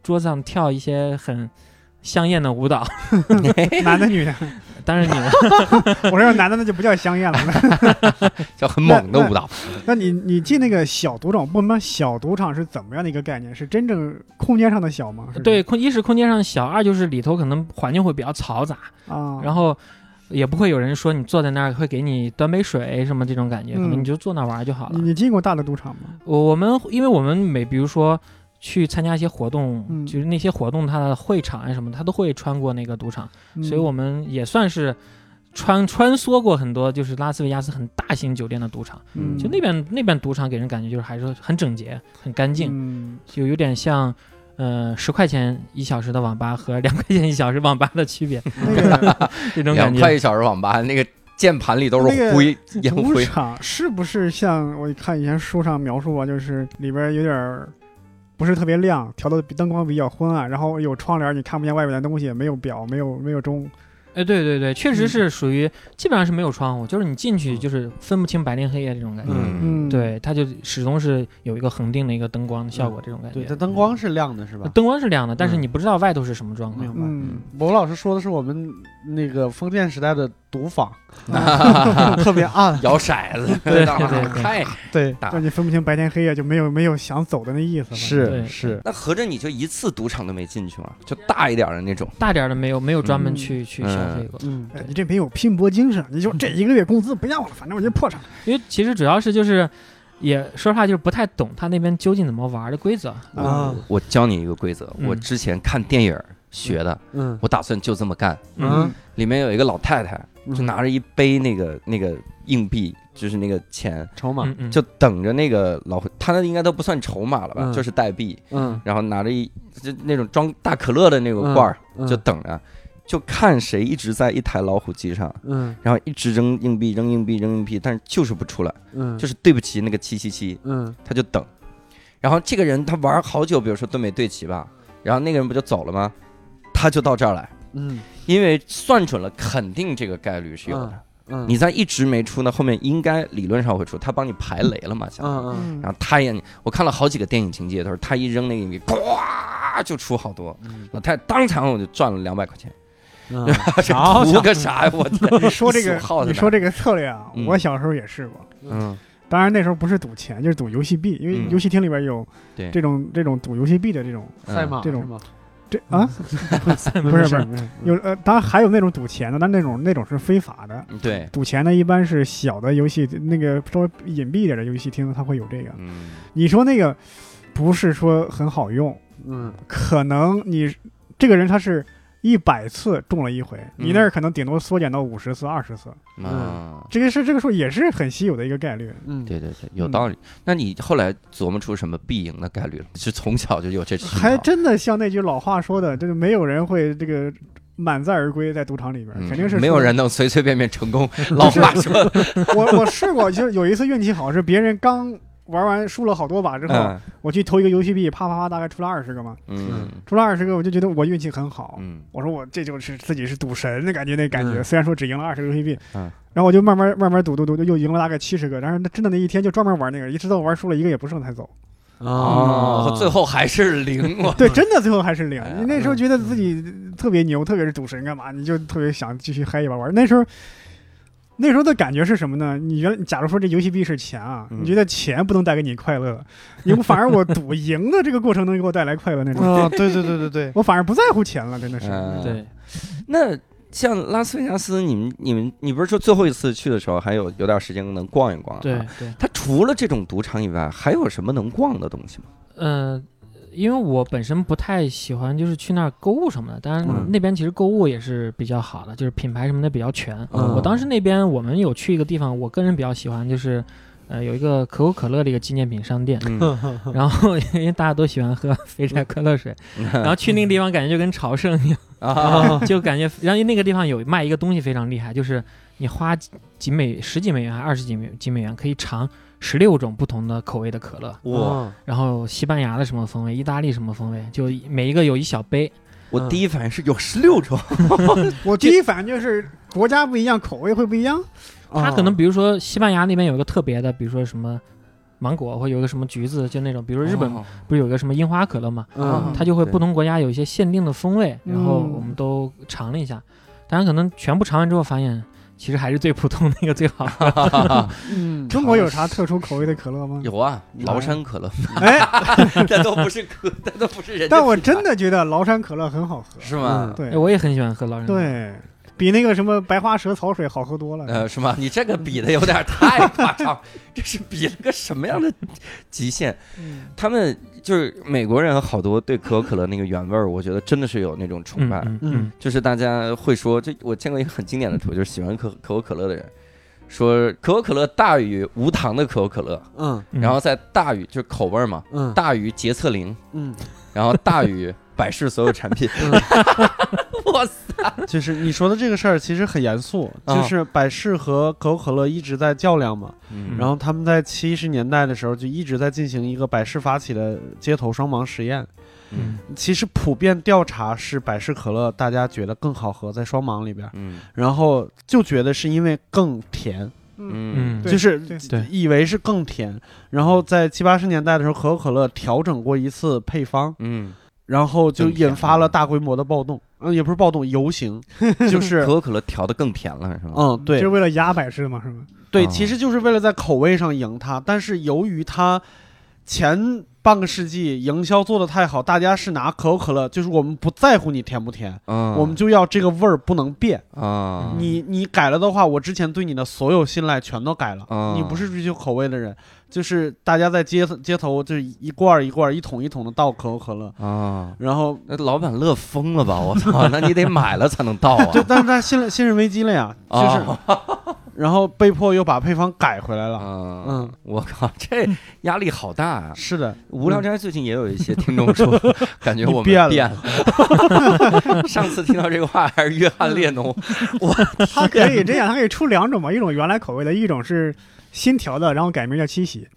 桌子上跳一些很香艳的舞蹈。 男的女的？ 当然女的。 我说男的那就不叫香艳了， 叫很猛的舞蹈。 那你进那个小赌场，不吗？小赌场是怎么样的一个概念？是真正空间上的小吗？ 对，一是空间上小，二就是里头可能环境会比较嘈杂啊，然后也不会有人说你坐在那儿会给你端杯水什么这种感觉，可能你就坐那玩就好了。 你进过大的赌场吗？ 因为我们比如说去参加一些活动，就是那些活动它的会场啊什么，它都会穿过那个赌场，所以我们也算是穿梭过很多就是拉斯维加斯很大型酒店的赌场。就那边赌场给人感觉就是还是很整洁很干净，就有点像10块钱1小时的网吧和2块钱1小时网吧的区别。这种感觉。2 块1小时网吧那个键盘里都是灰，烟灰。 赌场是不是像我看以前书上描述过，就是里边有点不是特别亮，调的灯光比较昏暗，然后有窗帘，你看不见外面的东西，没有表，没有钟。 对对对，确实是属于基本上是没有窗户，就是你进去就是分不清白天黑夜这种感觉。对，它就始终是有一个恒定的一个灯光的效果，这种感觉。 对，它灯光是亮的，是吧？ 灯光是亮的，但是你不知道外头是什么状况。 明白。博老师说的是我们那个封建时代的赌坊，特别暗， 摇骰子， 对， 太对，让你分不清白天黑夜，就没有想走的那意思了。是。 那合着你就一次赌场都没进去吗？就大一点的那种？ 大点的没有专门去消费过。 你这没有拼搏精神，你就这1个月工资不要了，反正我就破产。 因为其实主要是就是也说实话就是不太懂他那边究竟怎么玩的规则啊。我教你一个规则，我之前看电影学的，我打算就这么干。里面有一个老太太，就拿着一杯那个硬币，就是那个钱筹码， 就等着那个老虎，他那应该都不算筹码了吧，就是代币。然后拿着就那种装大可乐的那个罐儿，就等着。就看谁一直在一台老虎机上，然后一直扔硬币，但是就是不出来，就是对不起那个777，他就等，然后这个人他玩好久，比如说都没对齐吧，然后那个人不就走了吗？他就到这儿来，因为算准了，肯定这个概率是有的，你在一直没出呢，后面应该理论上会出，他帮你排雷了嘛，然后他也，我看了好几个电影情节，都是他一扔那个硬币，咵就出好多，老太太当场我就赚了200块钱。图个啥呀！我天！ 你说这个策略啊，我小时候也试过。当然那时候不是赌钱，就是赌游戏币，因为游戏厅里边有这种赌游戏币的这种赛马这种不是有当然还有那种赌钱的，但那种是非法的。 对， 赌钱的一般是小的游戏，那个稍微隐蔽一点的游戏厅，它会有这个。你说那个不是说很好用，可能你这个人他是100次中了1回，你那儿可能顶多缩减到50次、20次。这个数也是很稀有的一个概率。 对，有道理。那你后来琢磨出什么必赢的概率了？是从小就有这？ 还真的像那句老话说的，这个没有人会这个满载而归，在赌场里边肯定是没有人能随随便便成功。老话说， 我试过，就有一次运气好，是别人刚玩完输了好多把之后，我去投一个游戏币，啪啪啪，大概出了20个嘛。出了20个，我就觉得我运气很好。我说我这就是自己是赌神的感觉，虽然说只赢了20个游戏币，然后我就慢慢赌，又赢了大概70个。但是真的那一天就专门玩那个，一直到玩输了1个也不剩才走。 最后还是0。 对，真的最后还是0。你那时候觉得自己特别牛，特别是赌神干嘛，你就特别想继续嗨一把玩。那时候的感觉是什么呢？假如说这游戏币是钱啊，你觉得钱不能带给你快乐，反而我赌赢的这个过程能给我带来快乐那种。 对， 我反而不在乎钱了，真的是。 对， 那像拉斯维加斯，你不是说最后一次去的时候还有点时间能逛一逛？ 对， 它除了这种赌场以外，还有什么能逛的东西吗？ 因为我本身不太喜欢就是去那儿购物什么的，当然那边其实购物也是比较好的，就是品牌什么的比较全。我当时那边我们有去一个地方，我个人比较喜欢，就是有一个可口可乐的一个纪念品商店，然后因为大家都喜欢喝肥宅快乐水，然后去那个地方感觉就跟朝圣一样，就感觉，然后那个地方有卖一个东西非常厉害，就是你花10几美元还是20几美元可以尝16种不同的口味的可乐。 哇！ 然后西班牙的什么风味，意大利什么风味，就每一个有一小杯。 我第一反应是有16种， 我第一反应就是国家不一样，口味会不一样。 它可能比如说西班牙那边有一个特别的，比如说什么芒果或有个什么橘子，就那种，比如日本不是有个什么樱花可乐嘛，它就会不同国家有一些限定的风味，然后我们都尝了一下，当然可能全部尝完之后发现。其实还是最普通那个最好。 中国有啥特殊口味的可乐吗？ 有啊，崂山可乐。哎，这都不是人。 但我真的觉得崂山可乐很好喝， 是吗？ 对， 我也很喜欢喝崂山。 对。比那个什么白花蛇草水好喝多了。 是吗？你这个比的有点太夸张，这是比了个什么样的极限？他们就是美国人，好多对可口可乐那个原味儿，我觉得真的是有那种崇拜。就是大家会说，这我见过一个很经典的图，就是喜欢可口可乐的人说，可口可乐大于无糖的可口可乐，然后再大于就是口味嘛，大于洁厕灵，然后大于百事所有产品。哇塞！ 就是你说的这个事儿其实很严肃，就是百事和可口可乐一直在较量嘛，然后他们在70年代的时候就一直在进行一个百事发起的街头双盲实验。其实普遍调查是百事可乐大家觉得更好喝，在双盲里边，然后就觉得是因为更甜。就是以为是更甜，然后在70、80年代的时候，可口可乐调整过一次配方，然后就引发了大规模的暴动，也不是暴动，游行，就是可口可乐调的更甜了，是吗？ 对，就是为了压百事嘛，是吗？ 对，其实就是为了在口味上赢它，但是由于它前半个世纪营销做得太好，大家是拿可口可乐，就是我们不在乎你甜不甜，我们就要这个味儿不能变啊。你改了的话，我之前对你的所有信赖全都改了。你不是追求口味的人，就是大家在街头就是一罐一罐、一桶一桶的倒可口可乐啊。然后那老板乐疯了吧？我操，那你得买了才能倒啊。 对，但是他信任危机了呀，就是。然后被迫又把配方改回来了。 我靠，这压力好大啊！ 是的， 无聊斋最近也有一些听众说，感觉我们变了。上次听到这个话还是约翰列侬。 他可以这样，他可以出2种嘛，一种原来口味的，一种是新调的，然后改名叫七喜。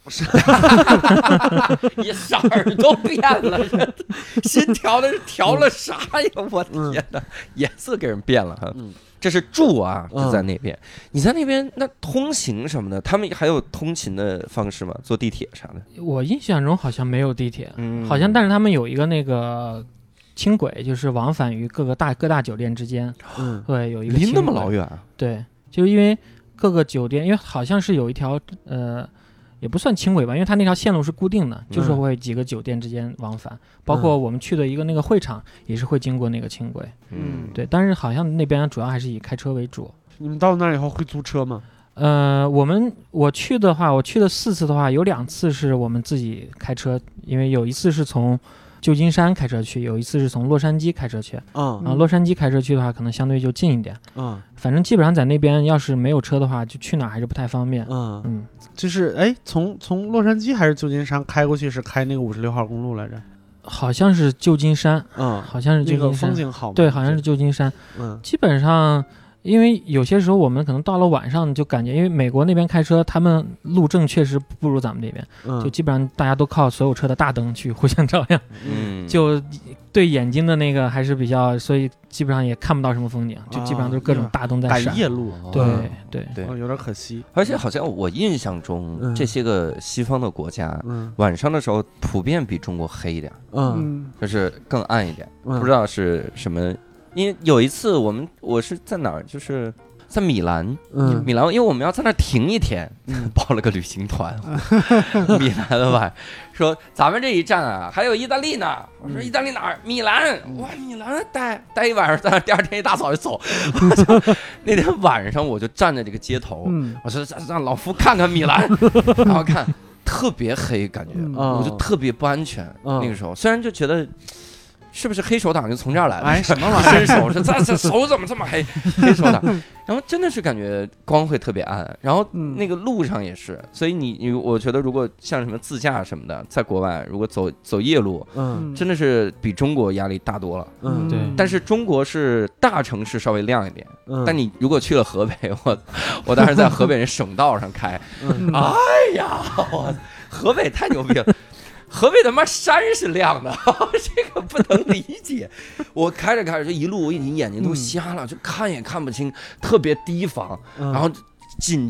你色儿都变了，新调的是调了啥呀？我天哪，颜色给人变了哈。这是住啊，就在那边。你在那边那通勤什么的，他们还有通勤的方式吗？坐地铁啥的？ 我印象中好像没有地铁，好像但是他们有一个那个轻轨，就是往返于各大酒店之间。对，有一个离那么老远啊？ 对，就是因为各个酒店，因为好像是有一条也不算轻轨吧，因为它那条线路是固定的，就是会几个酒店之间往返，包括我们去的一个那个会场也是会经过那个轻轨。对，但是好像那边主要还是以开车为主。 你们到那儿以后会租车吗？ 我去的话，我去的4次的话，有2次是我们自己开车，因为有一次是从旧金山开车去，有一次是从洛杉矶开车去。然后洛杉矶开车去的话，可能相对就近一点。反正基本上在那边，要是没有车的话，就去哪儿还是不太方便。 就是从洛杉矶还是旧金山开过去，是开那个56号公路来着？ 好像是旧金山。好像是旧金山。 那个风景好。 对，好像是旧金山。基本上。因为有些时候我们可能到了晚上就感觉，因为美国那边开车，他们路政确实不如咱们这边，就基本上大家都靠所有车的大灯去互相照亮，就对眼睛的那个还是比较，所以基本上也看不到什么风景，就基本上都是各种大灯在闪。 赶夜路。 对， 有点可惜。 而且好像我印象中，这些个西方的国家，晚上的时候普遍比中国黑一点，就是更暗一点，不知道是什么。因为有一次我是在哪儿，就是在米兰，因为我们要在那儿停一天，报了个旅行团，米兰的吧，说咱们这一站啊，还有意大利呢。我说意大利哪儿？米兰。哇，米兰待一晚上，在那第2天一大早就走。那天晚上我就站在这个街头，我说让老夫看看米兰，然后看特别黑，感觉我就特别不安全。那个时候虽然就觉得。是不是黑手党就从这儿来了？ 哎，什么玩意儿？ 伸手是这手怎么这么黑？黑手党，然后真的是感觉光会特别暗，然后那个路上也是，所以我觉得如果像什么自驾什么的，在国外如果走夜路，真的是比中国压力大多了。 对。 但是中国是大城市稍微亮一点，但你如果去了河北，我当时在河北人省道上开，哎呀，河北太牛逼了。河北他妈山是亮的，这个不能理解。我开着这一路，我已经眼睛都瞎了，就看也看不清，特别提防，然后紧张，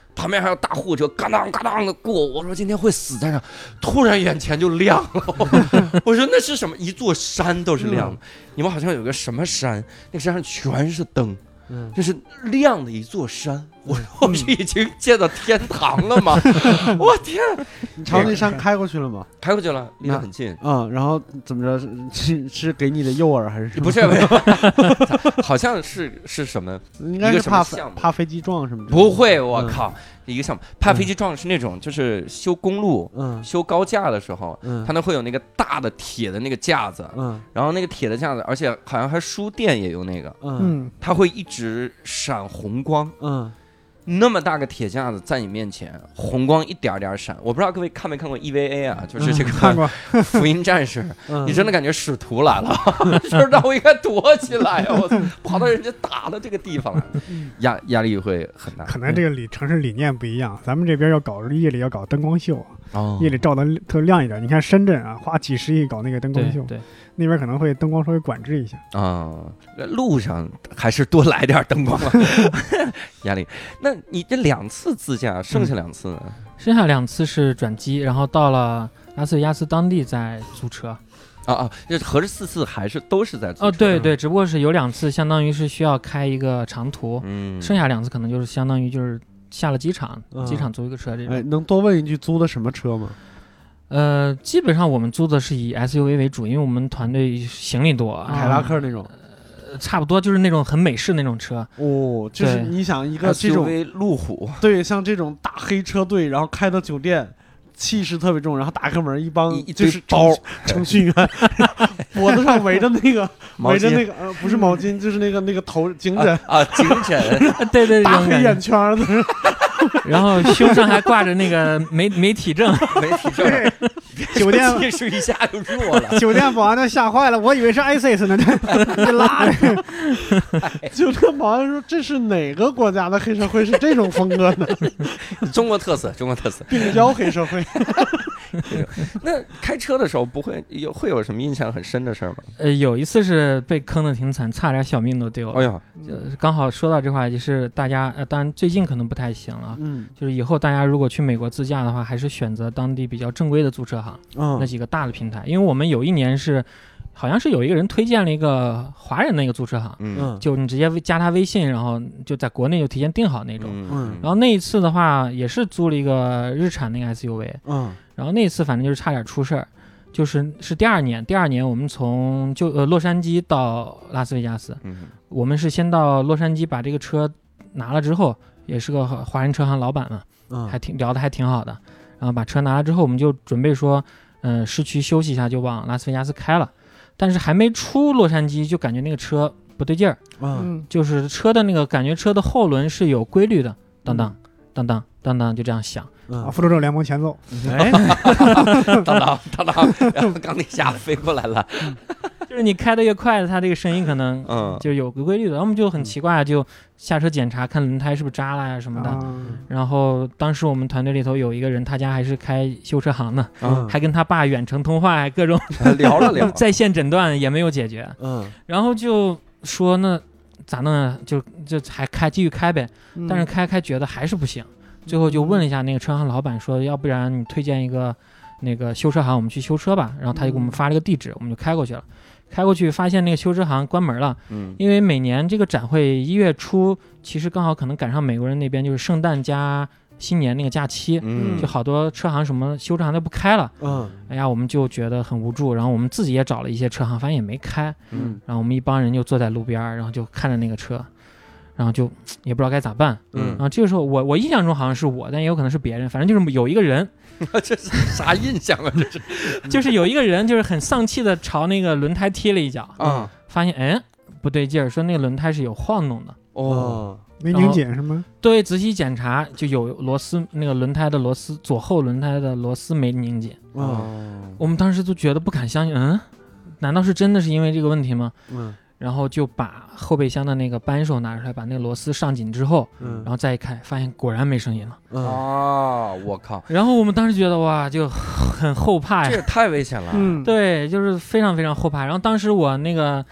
旁边还有大货车嘎当嘎当的过，我说今天会死在这，突然眼前就亮了，我说那是什么？一座山都是亮的，你们好像有个什么山，那个山上全是灯。就是亮的一座山，我是已经见到天堂了吗？我天！ 你朝那山开过去了吗？ 开过去了，离得很近。 然后怎么着？是给你的诱饵还是什么？ 不是，好像是什么？ 应该是怕飞机撞什么的。 不会，我靠！一个项目怕飞机撞是那种，就是修公路、修高架的时候，它那会有那个大的铁的那个架子，然后那个铁的架子，而且好像还输电也有那个，它会一直闪红光，那么大个铁架子在你面前，红光一点点闪。我不知道各位看没看过 EVA 啊，就是这个福音战士，你真的感觉使徒来了，就是让我应该躲起来啊！我跑到人家打的这个地方来，压力会很大。 可能这个城市理念不一样，咱们这边夜里要搞灯光秀，夜里照的特亮一点。你看深圳啊，花几十亿搞那个灯光秀， 对， 那边可能会灯光稍微管制一下啊。路上还是多来点灯光吧，压力。那你这2次自驾，剩下2次呢？ 剩下2次是转机，然后到了拉斯维加斯当地再租车。 就合着4次还是都是在租车？ 对，只不过是有2次相当于是需要开一个长途，剩下2次可能就是相当于就是下了机场租一个车这种。 能多问一句，租的什么车吗？ 基本上我们租的是以 SUV 为主，因为我们团队行李多， 凯拉克那种。 差不多就是那种很美式那种车就是你想一个这种路虎， 对，像这种大黑车队，然后开到酒店，气势特别重，然后打开门一帮就是程序员，脖子上围着那个不是毛巾，就是那个头颈枕颈枕， 对， 大黑眼圈的。 然后胸上还挂着那个媒体证， 酒店气势一下就弱了， 酒店保安都吓坏了，我以为是 ISIS 呢，这拉着。 酒店保安说：“这是哪个国家的黑社会是这种风格的？” 中国特色， 病娇黑社会。 那开车的时候会有什么印象很深的事儿吗？ 有一次是被坑的挺惨，差点小命都丢了。 哎呀， 刚好说到这块，就是大家当然最近可能不太行了，就是以后大家如果去美国自驾的话，还是选择当地比较正规的租车行，那几个大的平台。因为我们有一年是好像是有一个人推荐了一个华人的一个租车行，就你直接加他微信，然后就在国内就提前订好那种。然后那一次的话也是租了一个日产那个 SUV，然后那一次反正就是差点出事儿，是第二年我们从洛杉矶到拉斯维加斯，我们是先到洛杉矶把这个车拿了之后，也是个华人车行老板嘛，聊得还挺好的，然后把车拿了之后，我们就准备说市区休息一下就往拉斯维加斯开了，但是还没出洛杉矶就感觉那个车不对劲儿，就是车的那个感觉，车的后轮是有规律的，当当当当当当，就这样响。 复仇者联盟前奏， 当当当当，然后钢铁侠飞过来了， 就是你开的越快，它这个声音可能就有个规律的。然后我们就很奇怪，就下车检查看轮胎是不是扎了呀什么的。然后当时我们团队里头有一个人，他家还是开修车行的，还跟他爸远程通话，各种聊了聊， 在线诊断也没有解决。然后就说那咋弄啊？就还继续开呗。但是开觉得还是不行。最后就问了一下那个车行老板，说要不然你推荐一个那个修车行，我们去修车吧。然后他就给我们发了个地址，我们就开过去了。开过去发现那个修车行关门了，因为每年这个展会1月初，其实刚好可能赶上美国人那边就是圣诞加新年那个假期，就好多车行什么修车行都不开了。哎呀，我们就觉得很无助，然后我们自己也找了一些车行，发现也没开。然后我们一帮人就坐在路边，然后就看着那个车。然后就也不知道该咋办，然后这个时候我印象中好像是我，但也有可能是别人，反正就是有一个人， 这是啥印象啊？这是， 就是有一个人就是很丧气的朝那个轮胎踢了一脚，发现不对劲儿，说那个轮胎是有晃动的， 没拧紧是吗？ 对，仔细检查就有螺丝，那个轮胎的螺丝，左后轮胎的螺丝没拧紧。我们当时都觉得不敢相信，难道是真的是因为这个问题吗？然后就把后备箱的那个扳手拿出来，把那个螺丝上紧之后，然后再一开，发现果然没声音了。 我靠！ 然后我们当时觉得哇，就很后怕呀， 这也太危险了。 对，就是非常非常后怕。然后当时我那个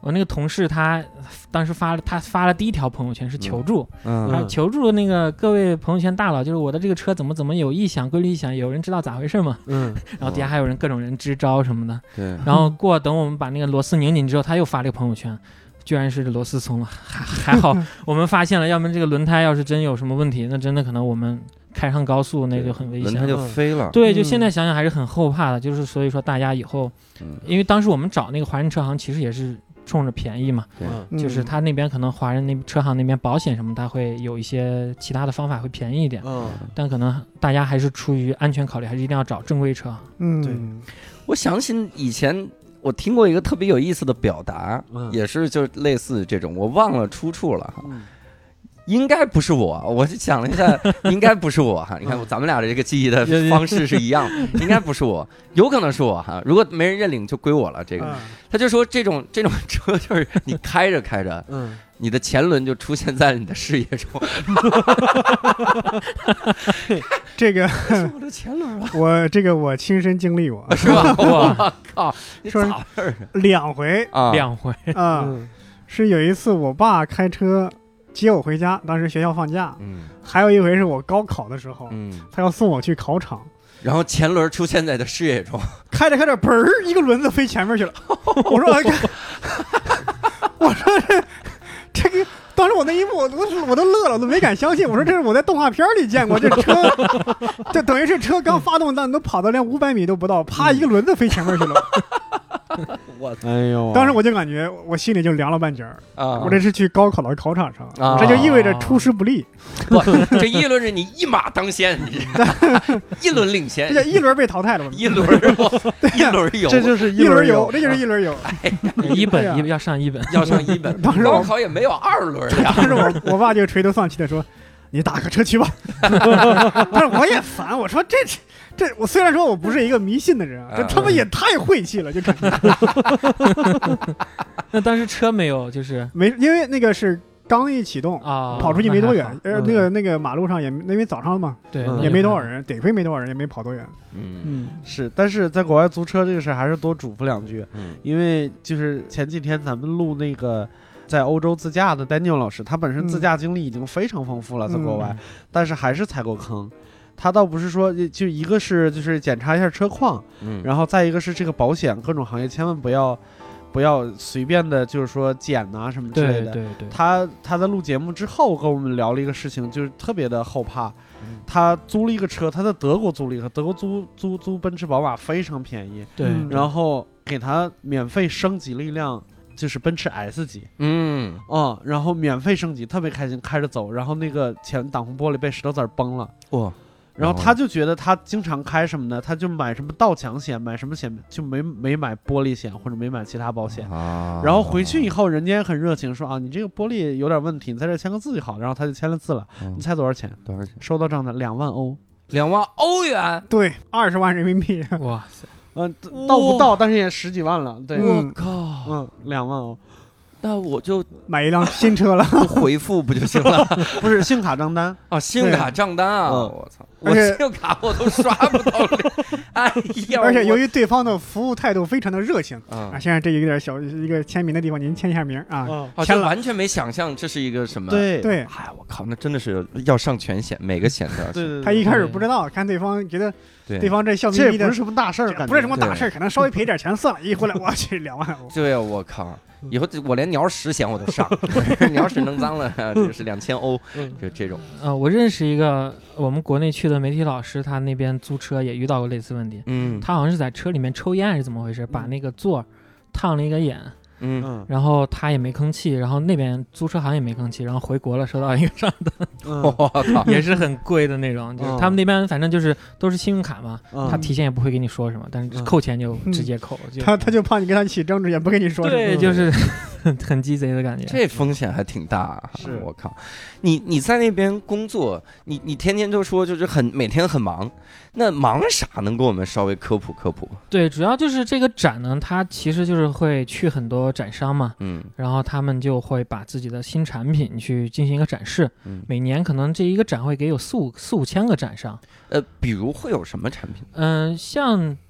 我那个同事他当时发了第一条朋友圈是求助，他求助那个各位朋友圈大佬，就是我的这个车怎么有异响，规律异响，有人知道咋回事吗？然后底下还有各种人支招什么的。对。然后等我们把那个螺丝拧紧之后，他又发了个朋友圈，居然是螺丝松了，还好我们发现了，要不然这个轮胎要是真有什么问题，那真的可能我们开上高速那就很危险， 轮胎就飞了。 对，就现在想想还是很后怕的，就是所以说大家以后，因为当时我们找那个华人车行其实也是冲着便宜嘛，就是他那边可能华人那车行那边保险什么，他会有一些其他的方法会便宜一点，但可能大家还是出于安全考虑，还是一定要找正规车行。 对， 我想起以前我听过一个特别有意思的表达，也是就类似这种，我忘了出处了哈。应该不是我就想了一下，应该不是我哈。你看咱们俩的这个记忆的方式是一样，应该不是我，有可能是我哈。如果没人认领就归我了。这个他就说这种车就是你开着开着，你的前轮就出现在你的视野中。 这个是我的前轮啊！ 我亲身经历过， 是吧？我靠，你咋回事 ？2回啊，2回啊，是有一次我爸开车接我回家，当时学校放假，还有一回是我高考的时候，他要送我去考场， 然后前轮出现在的视野中， 开着嘣儿，一个轮子飞前面去了。我说这个，当时我那一幕我都乐了，我都没敢相信。我说这是我在动画片里见过，这车，这等于是车刚发动，但都跑到连500米都不到，啪，一个轮子飞前面去了。 哎呦！ 当时我就感觉我心里就凉了半截儿啊！我这是去高考的考场上，这就意味着出师不利。 不，这一轮是你一马当先，一轮领先， 这一轮被淘汰了吗？ 一轮游， 这就是一轮游，这就是一轮游。 一本要上一本， 要上一本。 当时高考也没有2轮呀。 当时我爸就垂头丧气的说：“你打个车去吧。”但是我也烦，我说这我虽然说我不是一个迷信的人啊，这他们也太晦气了，就感觉。 那当时车没有，就是没，因为那个是刚一启动啊，跑出去没多远，那个马路上也因为早上嘛， 对， 也没多少人，得亏没多少人，也没跑多远。 是，但是在国外租车这个事还是多嘱咐2句，因为就是前几天咱们录那个在欧洲自驾的 Daniel 老师，他本身自驾经历已经非常丰富了，在国外，但是还是踩过坑。他倒不是说，就一个是就是检查一下车况，然后再一个是这个保险，各种行业千万不要随便的，就是说减啊什么之类的。 对。 他在录节目之后跟我们聊了一个事情，就是特别的后怕。他租了一个车，他在德国租了一个，德国租奔驰宝马非常便宜， 对， 然后给他免费升级了一辆。就是奔驰 S 级，然后免费升级，特别开心，开着走，然后那个前挡风玻璃被石头子崩了，哇！然后他就觉得他经常开什么呢？他就买什么盗抢险，买什么险就没买玻璃险或者没买其他保险。然后回去以后，人家也很热情，说啊，你这个玻璃有点问题，你在这签个字就好。然后他就签了字了。你猜多少钱？ 多少钱？ 收到账单2万欧 ，2万欧元， 对，20万人民币。 哇塞！ 到不到，但是也10几万了。对， 我靠 ，2万欧。 那我就买一辆新车了， 不回复不就行了？ 不是信用卡账单啊，信用卡账单啊！我操，我信用卡我都刷不到了。哎呀！ 而且由于对方的服务态度非常的热情啊，现在这有点一个签名的地方，您签一下名啊。 签了，完全没想象这是一个什么。 对。 哎，我靠，那真的是要上全险，每个险都要。 对。 他一开始不知道，看对方觉得对方这笑眯眯的， 这不是什么大事儿， 不是什么大事儿，可能稍微赔点钱算了。一回来，我去2万欧。 对呀，我靠！以后我连鸟屎险我都上，鸟屎弄脏了就是2000欧，就这种。 我认识一个我们国内去的媒体老师，他那边租车也遇到过类似问题。他好像是在车里面抽烟还是怎么回事，把那个座烫了一个眼。然后他也没吭气，然后那边租车行也没吭气，然后回国了收到一个账单， 我靠， 也是很贵的那种，就是他们那边反正就是都是信用卡嘛，他提前也不会跟你说什么，但是扣钱就直接扣， 他就怕你跟他起争执，也不跟你说什么， 对，就是很鸡贼的感觉， 这风险还挺大。 是我靠，你在那边工作，你天天就说就是每天很忙，那忙啥能给我们稍微科普？ 对，主要就是这个展呢，它其实就是会去很多展商嘛，然后他们就会把自己的新产品去进行一个展示，每年可能这一个展会给有四五千个展商。 比如会有什么产品？ 像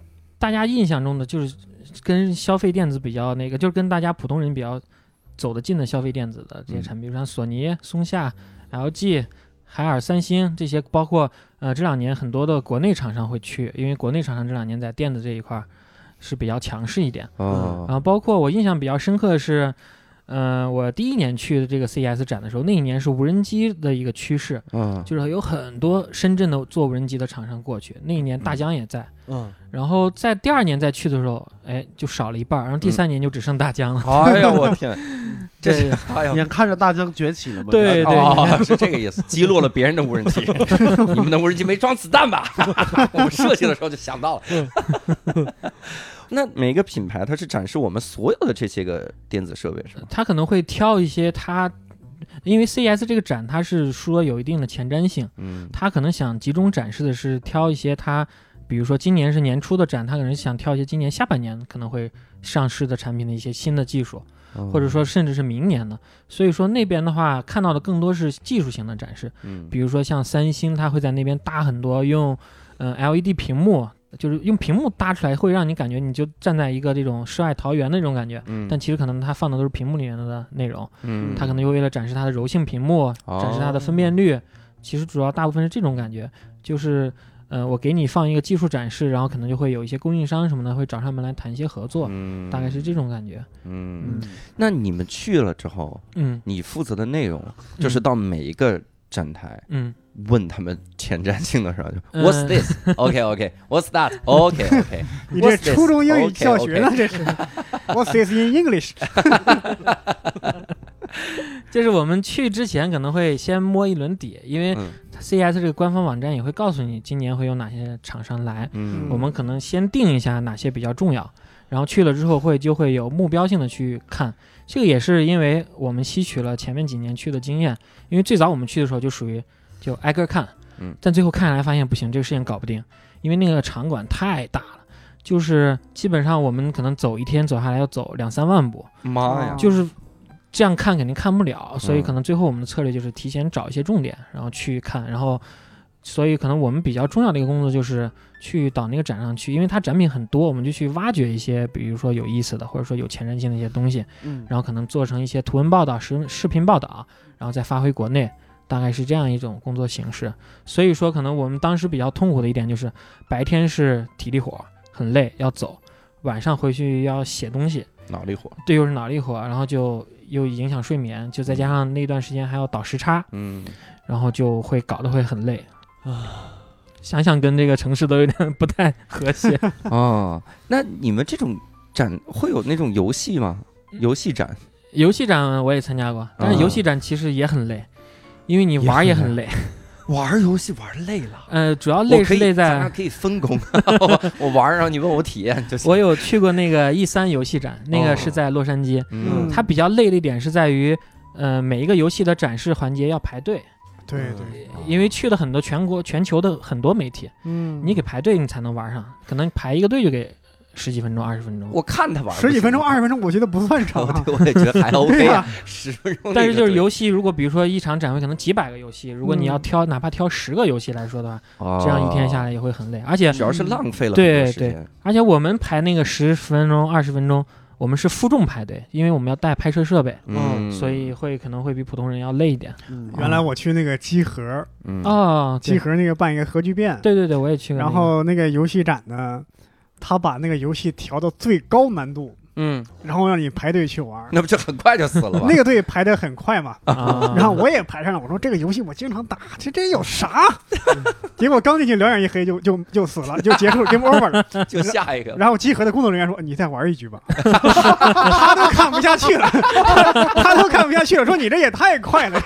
大家印象中的就是跟消费电子比较那个，就是跟大家普通人比较走得近的消费电子的这些产品，比如像索尼、松下、LG、海尔、三星这些，包括这2年很多的国内厂商会去，因为国内厂商这2年在电子这一块是比较强势一点。然后包括我印象比较深刻的是。我第1年去的这个 CES 展的时候，那一年是无人机的一个趋势，就是有很多深圳的做无人机的厂商过去。那一年大疆也在，然后在第2年再去的时候，哎，就少了一半，然后第3年就只剩大疆了。 哎呀，我天，这是眼看着大疆崛起了吗？ 对对，是这个意思，击落了别人的无人机。你们的无人机没装子弹吧？我们设计的时候就想到了。那每个品牌它是展示我们所有的这些个电子设备是吗？ 它可能会挑一些因为 CES 这个展它是说有一定的前瞻性，它可能想集中展示的是挑一些它，比如说今年是年初的展，它可能想挑一些今年下半年可能会上市的产品的一些新的技术，或者说甚至是明年的。所以说那边的话看到的更多是技术型的展示，比如说像三星，它会在那边搭很多用LED 屏幕。就是用屏幕搭出来，会让你感觉你就站在一个这种世外桃源的那种感觉，但其实可能它放的都是屏幕里面的内容，它可能又为了展示它的柔性屏幕，展示它的分辨率，其实主要大部分是这种感觉，就是我给你放一个技术展示，然后可能就会有一些供应商什么的会找他们来谈一些合作，大概是这种感觉。 那你们去了之后，你负责的内容就是到每一个展台，问他们前瞻性的时候就 What's this? OK. What's that? OK. 你这初中英语教学呢？这是 What's this in English? 就是我们去之前可能会先摸一轮底，因为 CES 这个官方网站也会告诉你今年会有哪些厂商来，我们可能先定一下哪些比较重要，然后去了之后就会有目标性的去看。这个也是因为我们吸取了前面几年去的经验，因为最早我们去的时候就属于就挨个看，但最后看下来发现不行，这个事情搞不定，因为那个场馆太大了，就是基本上我们可能走一天走下来要走2-3万步， 妈呀， 就是这样看肯定看不了，所以可能最后我们的策略就是提前找一些重点，然后去看，然后所以可能我们比较重要的一个工作就是去到那个展上去，因为它展品很多，我们就去挖掘一些比如说有意思的或者说有前瞻性的一些东西，然后可能做成一些图文报道、视频报道，然后再发挥国内，大概是这样一种工作形式。所以说可能我们当时比较痛苦的一点就是白天是体力活很累要走，晚上回去要写东西脑力活， 对，又是脑力活，然后就又影响睡眠，就再加上那段时间还要倒时差，然后就会搞得会很累啊。想想跟这个城市都有点不太和谐哦。那你们这种展会有那种游戏吗？游戏展我也参加过，但是游戏展其实也很累，因为你玩也很累。 玩游戏玩累了， 主要累是累在咱可以分工，我玩，然后你问我体验就行。 我有去过那个 E3 游戏展，那个是在洛杉矶，它比较累的一点是在于，每一个游戏的展示环节要排队。 对， 因为去了很多全球的很多媒体，你给排队你才能玩上，可能排一个队就给10几分钟、20分钟。 我看他玩 10几分钟、20分钟，我觉得不算长， 我也觉得还 OK 啊，10分钟。 但是就是游戏，如果比如说一场展会可能几百个游戏，如果你要哪怕挑10个游戏来说的话，这样一天下来也会很累，而且主要是浪费了很多时间。 对，而且我们排那个10分钟、20分钟。我们是负重排队，因为我们要带拍摄设备，所以可能会比普通人要累一点。 原来我去那个机核，机核那个办一个核聚变， 对，我也去过。 然后那个游戏展呢，他把那个游戏调到最高难度，然后让你排队去玩， 那不就很快就死了吗？ 那个队排得很快嘛，然后我也排上了。我说这个游戏我经常打，这有啥？结果刚进去两眼一黑就死了，就结束 game over 了， 就下一个。 然后集合的工作人员说：“你再玩一局吧。”他都看不下去了，说你这也太快了。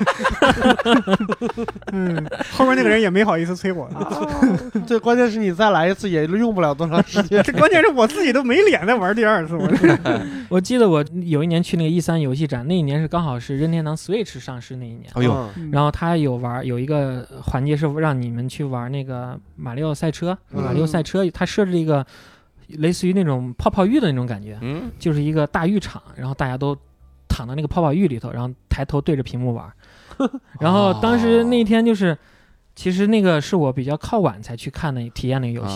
后面那个人也没好意思催我。 对，关键是你再来一次也用不了多长时间。 这关键是我自己都没脸再玩第二次。 我记得我有一年去那个 E3 游戏展，那一年是刚好是任天堂 Switch 上市那一年。然后他有一个环节是让你们去玩那个马里奥赛车，他设置了一个类似于那种泡泡浴的那种感觉，就是一个大浴场，然后大家都躺在那个泡泡浴里头，然后抬头对着屏幕玩。然后当时那一天就是，其实那个是我比较靠晚才去看的体验那个游戏，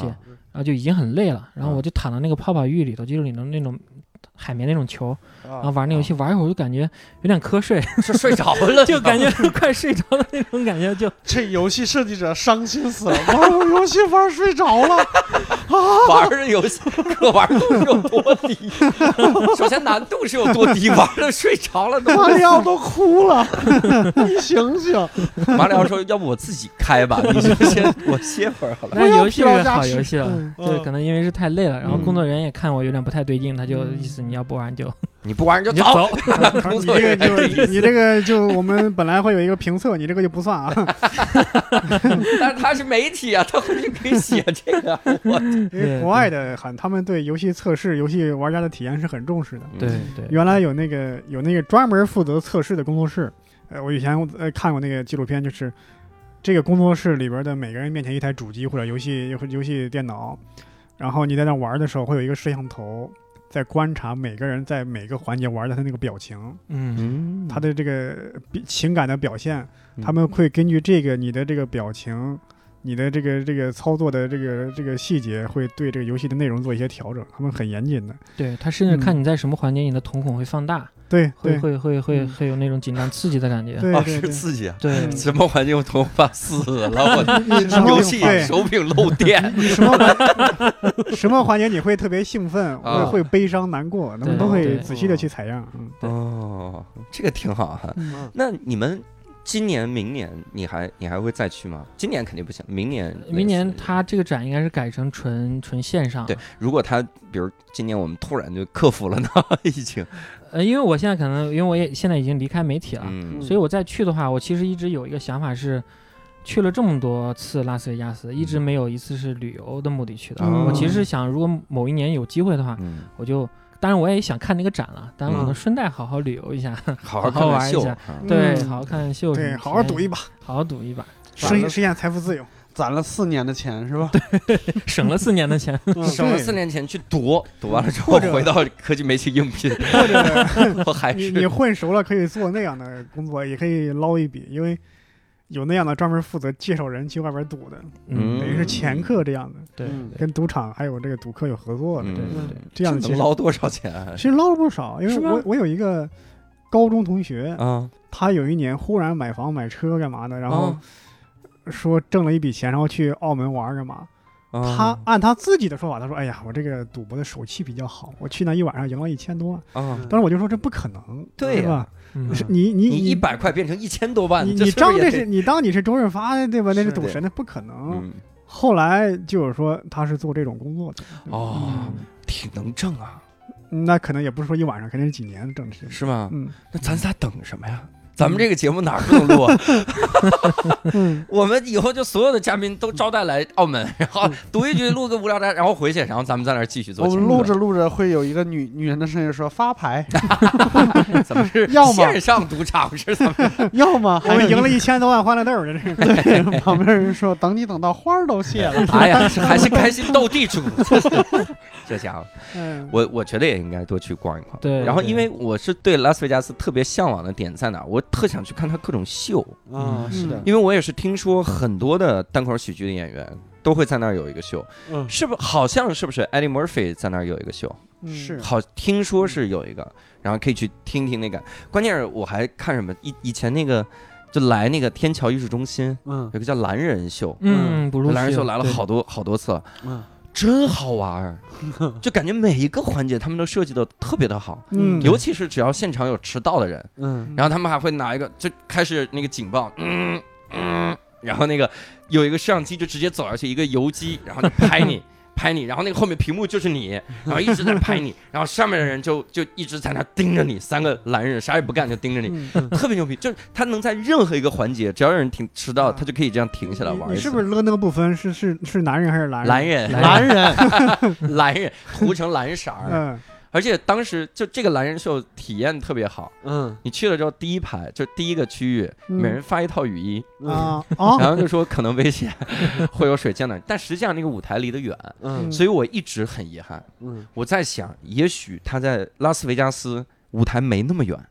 然后就已经很累了，然后我就躺到那个泡泡浴里头，就是里头那种海绵那种球，然后玩那游戏，玩一会儿就感觉有点瞌睡， 是睡着了， 就感觉快睡着了那种感觉，就这游戏设计者伤心死了，玩游戏玩睡着了， 玩的游戏可玩度是有多低？首先难度是有多低，玩的睡着了， 马里奥都哭了，你醒醒！ 马里奥说：“要不我自己开吧，你就先我歇会儿好了。” 那游戏是好游戏了，就可能因为是太累了，然后工作人员也看我有点不太对劲，他就意思你要不玩就你不玩就走。 你这个就我们本来会有一个评测，你这个就不算啊。 但他是媒体啊，他回去可以写这个。 因为国外的他们对游戏测试、游戏玩家的体验是很重视的。 对对， 原来有那个专门负责测试的工作室。我以前看过那个纪录片，就是这个工作室里边的每个人面前一台主机或者游戏电脑，然后你在那玩的时候会有一个摄像头在观察每个人在每个环节玩的他那个表情，他的这个情感的表现，他们会根据这个你的这个表情，你的这个操作的这个细节，会对这个游戏的内容做一些调整，他们很严谨的。 对，他甚至看你在什么环节，你的瞳孔会放大。 对， 会有那种紧张刺激的感觉。 对， 是刺激啊！ 对， 什么环境我头发死了，我游戏手柄漏电， 什么环节你会特别兴奋，会悲伤难过，他们都会仔细的去采样。 哦，这个挺好哈。那你们今年、明年你还会再去吗？今年肯定不行，明年他这个展应该是改成纯线上。 对，如果他比如今年我们突然就克服了呢，疫情。 因为我现在可能，因为我也现在已经离开媒体了，所以我再去的话，我其实一直有一个想法是，去了这么多次拉斯维加斯，一直没有一次是旅游的目的去的。我其实是想，如果某一年有机会的话，我就，当然我也想看那个展了，当然可能顺带好好旅游一下， 好玩一下，对，好好看秀， 对，好好赌一把，实现财富自由。 攒了4年的钱是吧？ 对，省了4年的钱， 省了4年钱去赌完了之后回到科技媒体应聘， 或者我还是你混熟了可以做那样的工作，也可以捞一笔，因为有那样的专门负责介绍人去外边赌的，等于是掮客这样的， 对， 跟赌场还有这个赌客有合作的， 对， 这样能捞多少钱？ 其实捞了不少，因为我有一个高中同学他有一年忽然买房买车干嘛的，然后说挣了一笔钱，然后去澳门玩干嘛？他按他自己的说法，他说：“哎呀，我这个赌博的手气比较好，我去那一晚上赢了1000多万。”当时我就说这不可能， 对吧？你 100块变成1000多万， 你当你是周润发对吧？那是赌神，那不可能。后来就是说他是做这种工作的， 挺能挣啊。 那可能也不是说一晚上，肯定是几年挣钱， 是吗？那咱仨等什么呀？咱们这个节目哪儿不能录啊？我们以后就所有的嘉宾都招待来澳门，然后读一句录个无聊斋，然后回去，然后咱们在那儿继续做节目。 我们录着会有一个女人的声音说发牌， 怎么是线上赌场是怎么？ 要么我们赢了1000多万欢乐豆，这是。 对，旁边人说等到花儿都谢了。 哎呀，还是开心斗地主，这家伙。我觉得也应该多去逛一逛。 对， 然后因为我是对拉斯维加斯特别向往的点在哪，我特想去看他各种秀是的， 因为我也是听说很多的单口喜剧的演员都会在那儿有一个秀，是不是 Eddie Murphy 在那儿有一个秀？ 是， 好，听说是有一个，然后可以去听听那个。关键是我还看什么以前那个就来那个天桥艺术中心，有个叫蓝人秀，蓝人秀来了好多次了，真好玩，就感觉每一个环节他们都设计的特别的好，尤其是只要现场有迟到的人，然后他们还会拿一个就开始那个警报，然后那个有一个摄像机就直接走下去，一个游击，然后就拍你，然后那个后面屏幕就是你，然后一直在拍你，然后上面的人就一直在那盯着你，3个蓝人啥也不干就盯着你，特别牛逼，就是他能在任何一个环节，只要有人迟到，他就可以这样停下来玩。 你是不是勒那个不分是男人还是蓝人？蓝人涂成蓝色儿。而且当时就这个蓝人秀体验特别好，你去了之后第一排就第一个区域，每人发一套雨衣然后就说可能危险，会有水溅到你，但实际上那个舞台离得远，所以我一直很遗憾，我在想，也许他在拉斯维加斯舞台没那么远，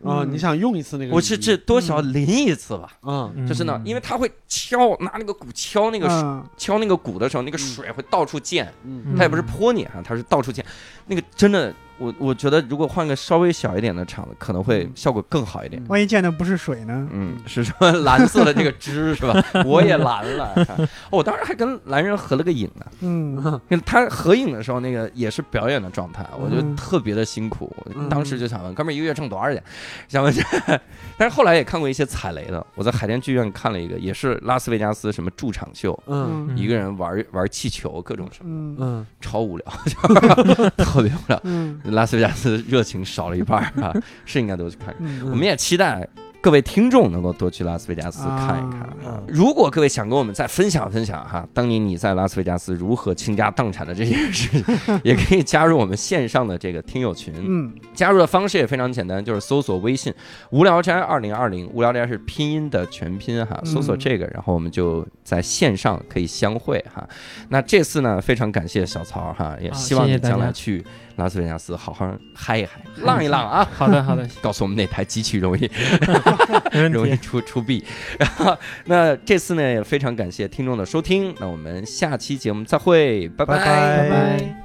你想用一次那个， 我是这多少淋一次吧，就是呢，因为他会拿那个鼓敲那个鼓的时候，那个水会到处溅，他也不是泼你哈，他是到处溅，那个真的。我觉得如果换个稍微小一点的场子，可能会效果更好一点。 万一溅的不是水呢？ 是什么蓝色的这个汁是吧？我也蓝了。我当时还跟蓝人合了个影呢。跟他合影的时候，那个也是表演的状态，我觉得特别的辛苦。当时就想问，哥们儿一个月挣多少钱？想问这，但是后来也看过一些踩雷的。我在海淀剧院看了一个，也是拉斯维加斯什么驻场秀，一个人玩气球，各种什么，超无聊，特别无聊。拉斯维加斯热情少了一半啊，是应该都去看。我们也期待各位听众能够多去拉斯维加斯看一看啊！如果各位想跟我们再分享分享哈，当年你在拉斯维加斯如何倾家荡产的这件事情，也可以加入我们线上的这个听友群。加入的方式也非常简单，就是搜索微信“无聊斋2020”，无聊斋是拼音的全拼哈，搜索这个，然后我们就在线上可以相会哈。那这次呢，非常感谢小曹哈，也希望你将来去拉斯维加斯好好嗨一嗨，浪一浪啊！ 好的好的， 告诉我们哪台机器容易出币。然后那这次呢，也非常感谢听众的收听，那我们下期节目再会，拜拜。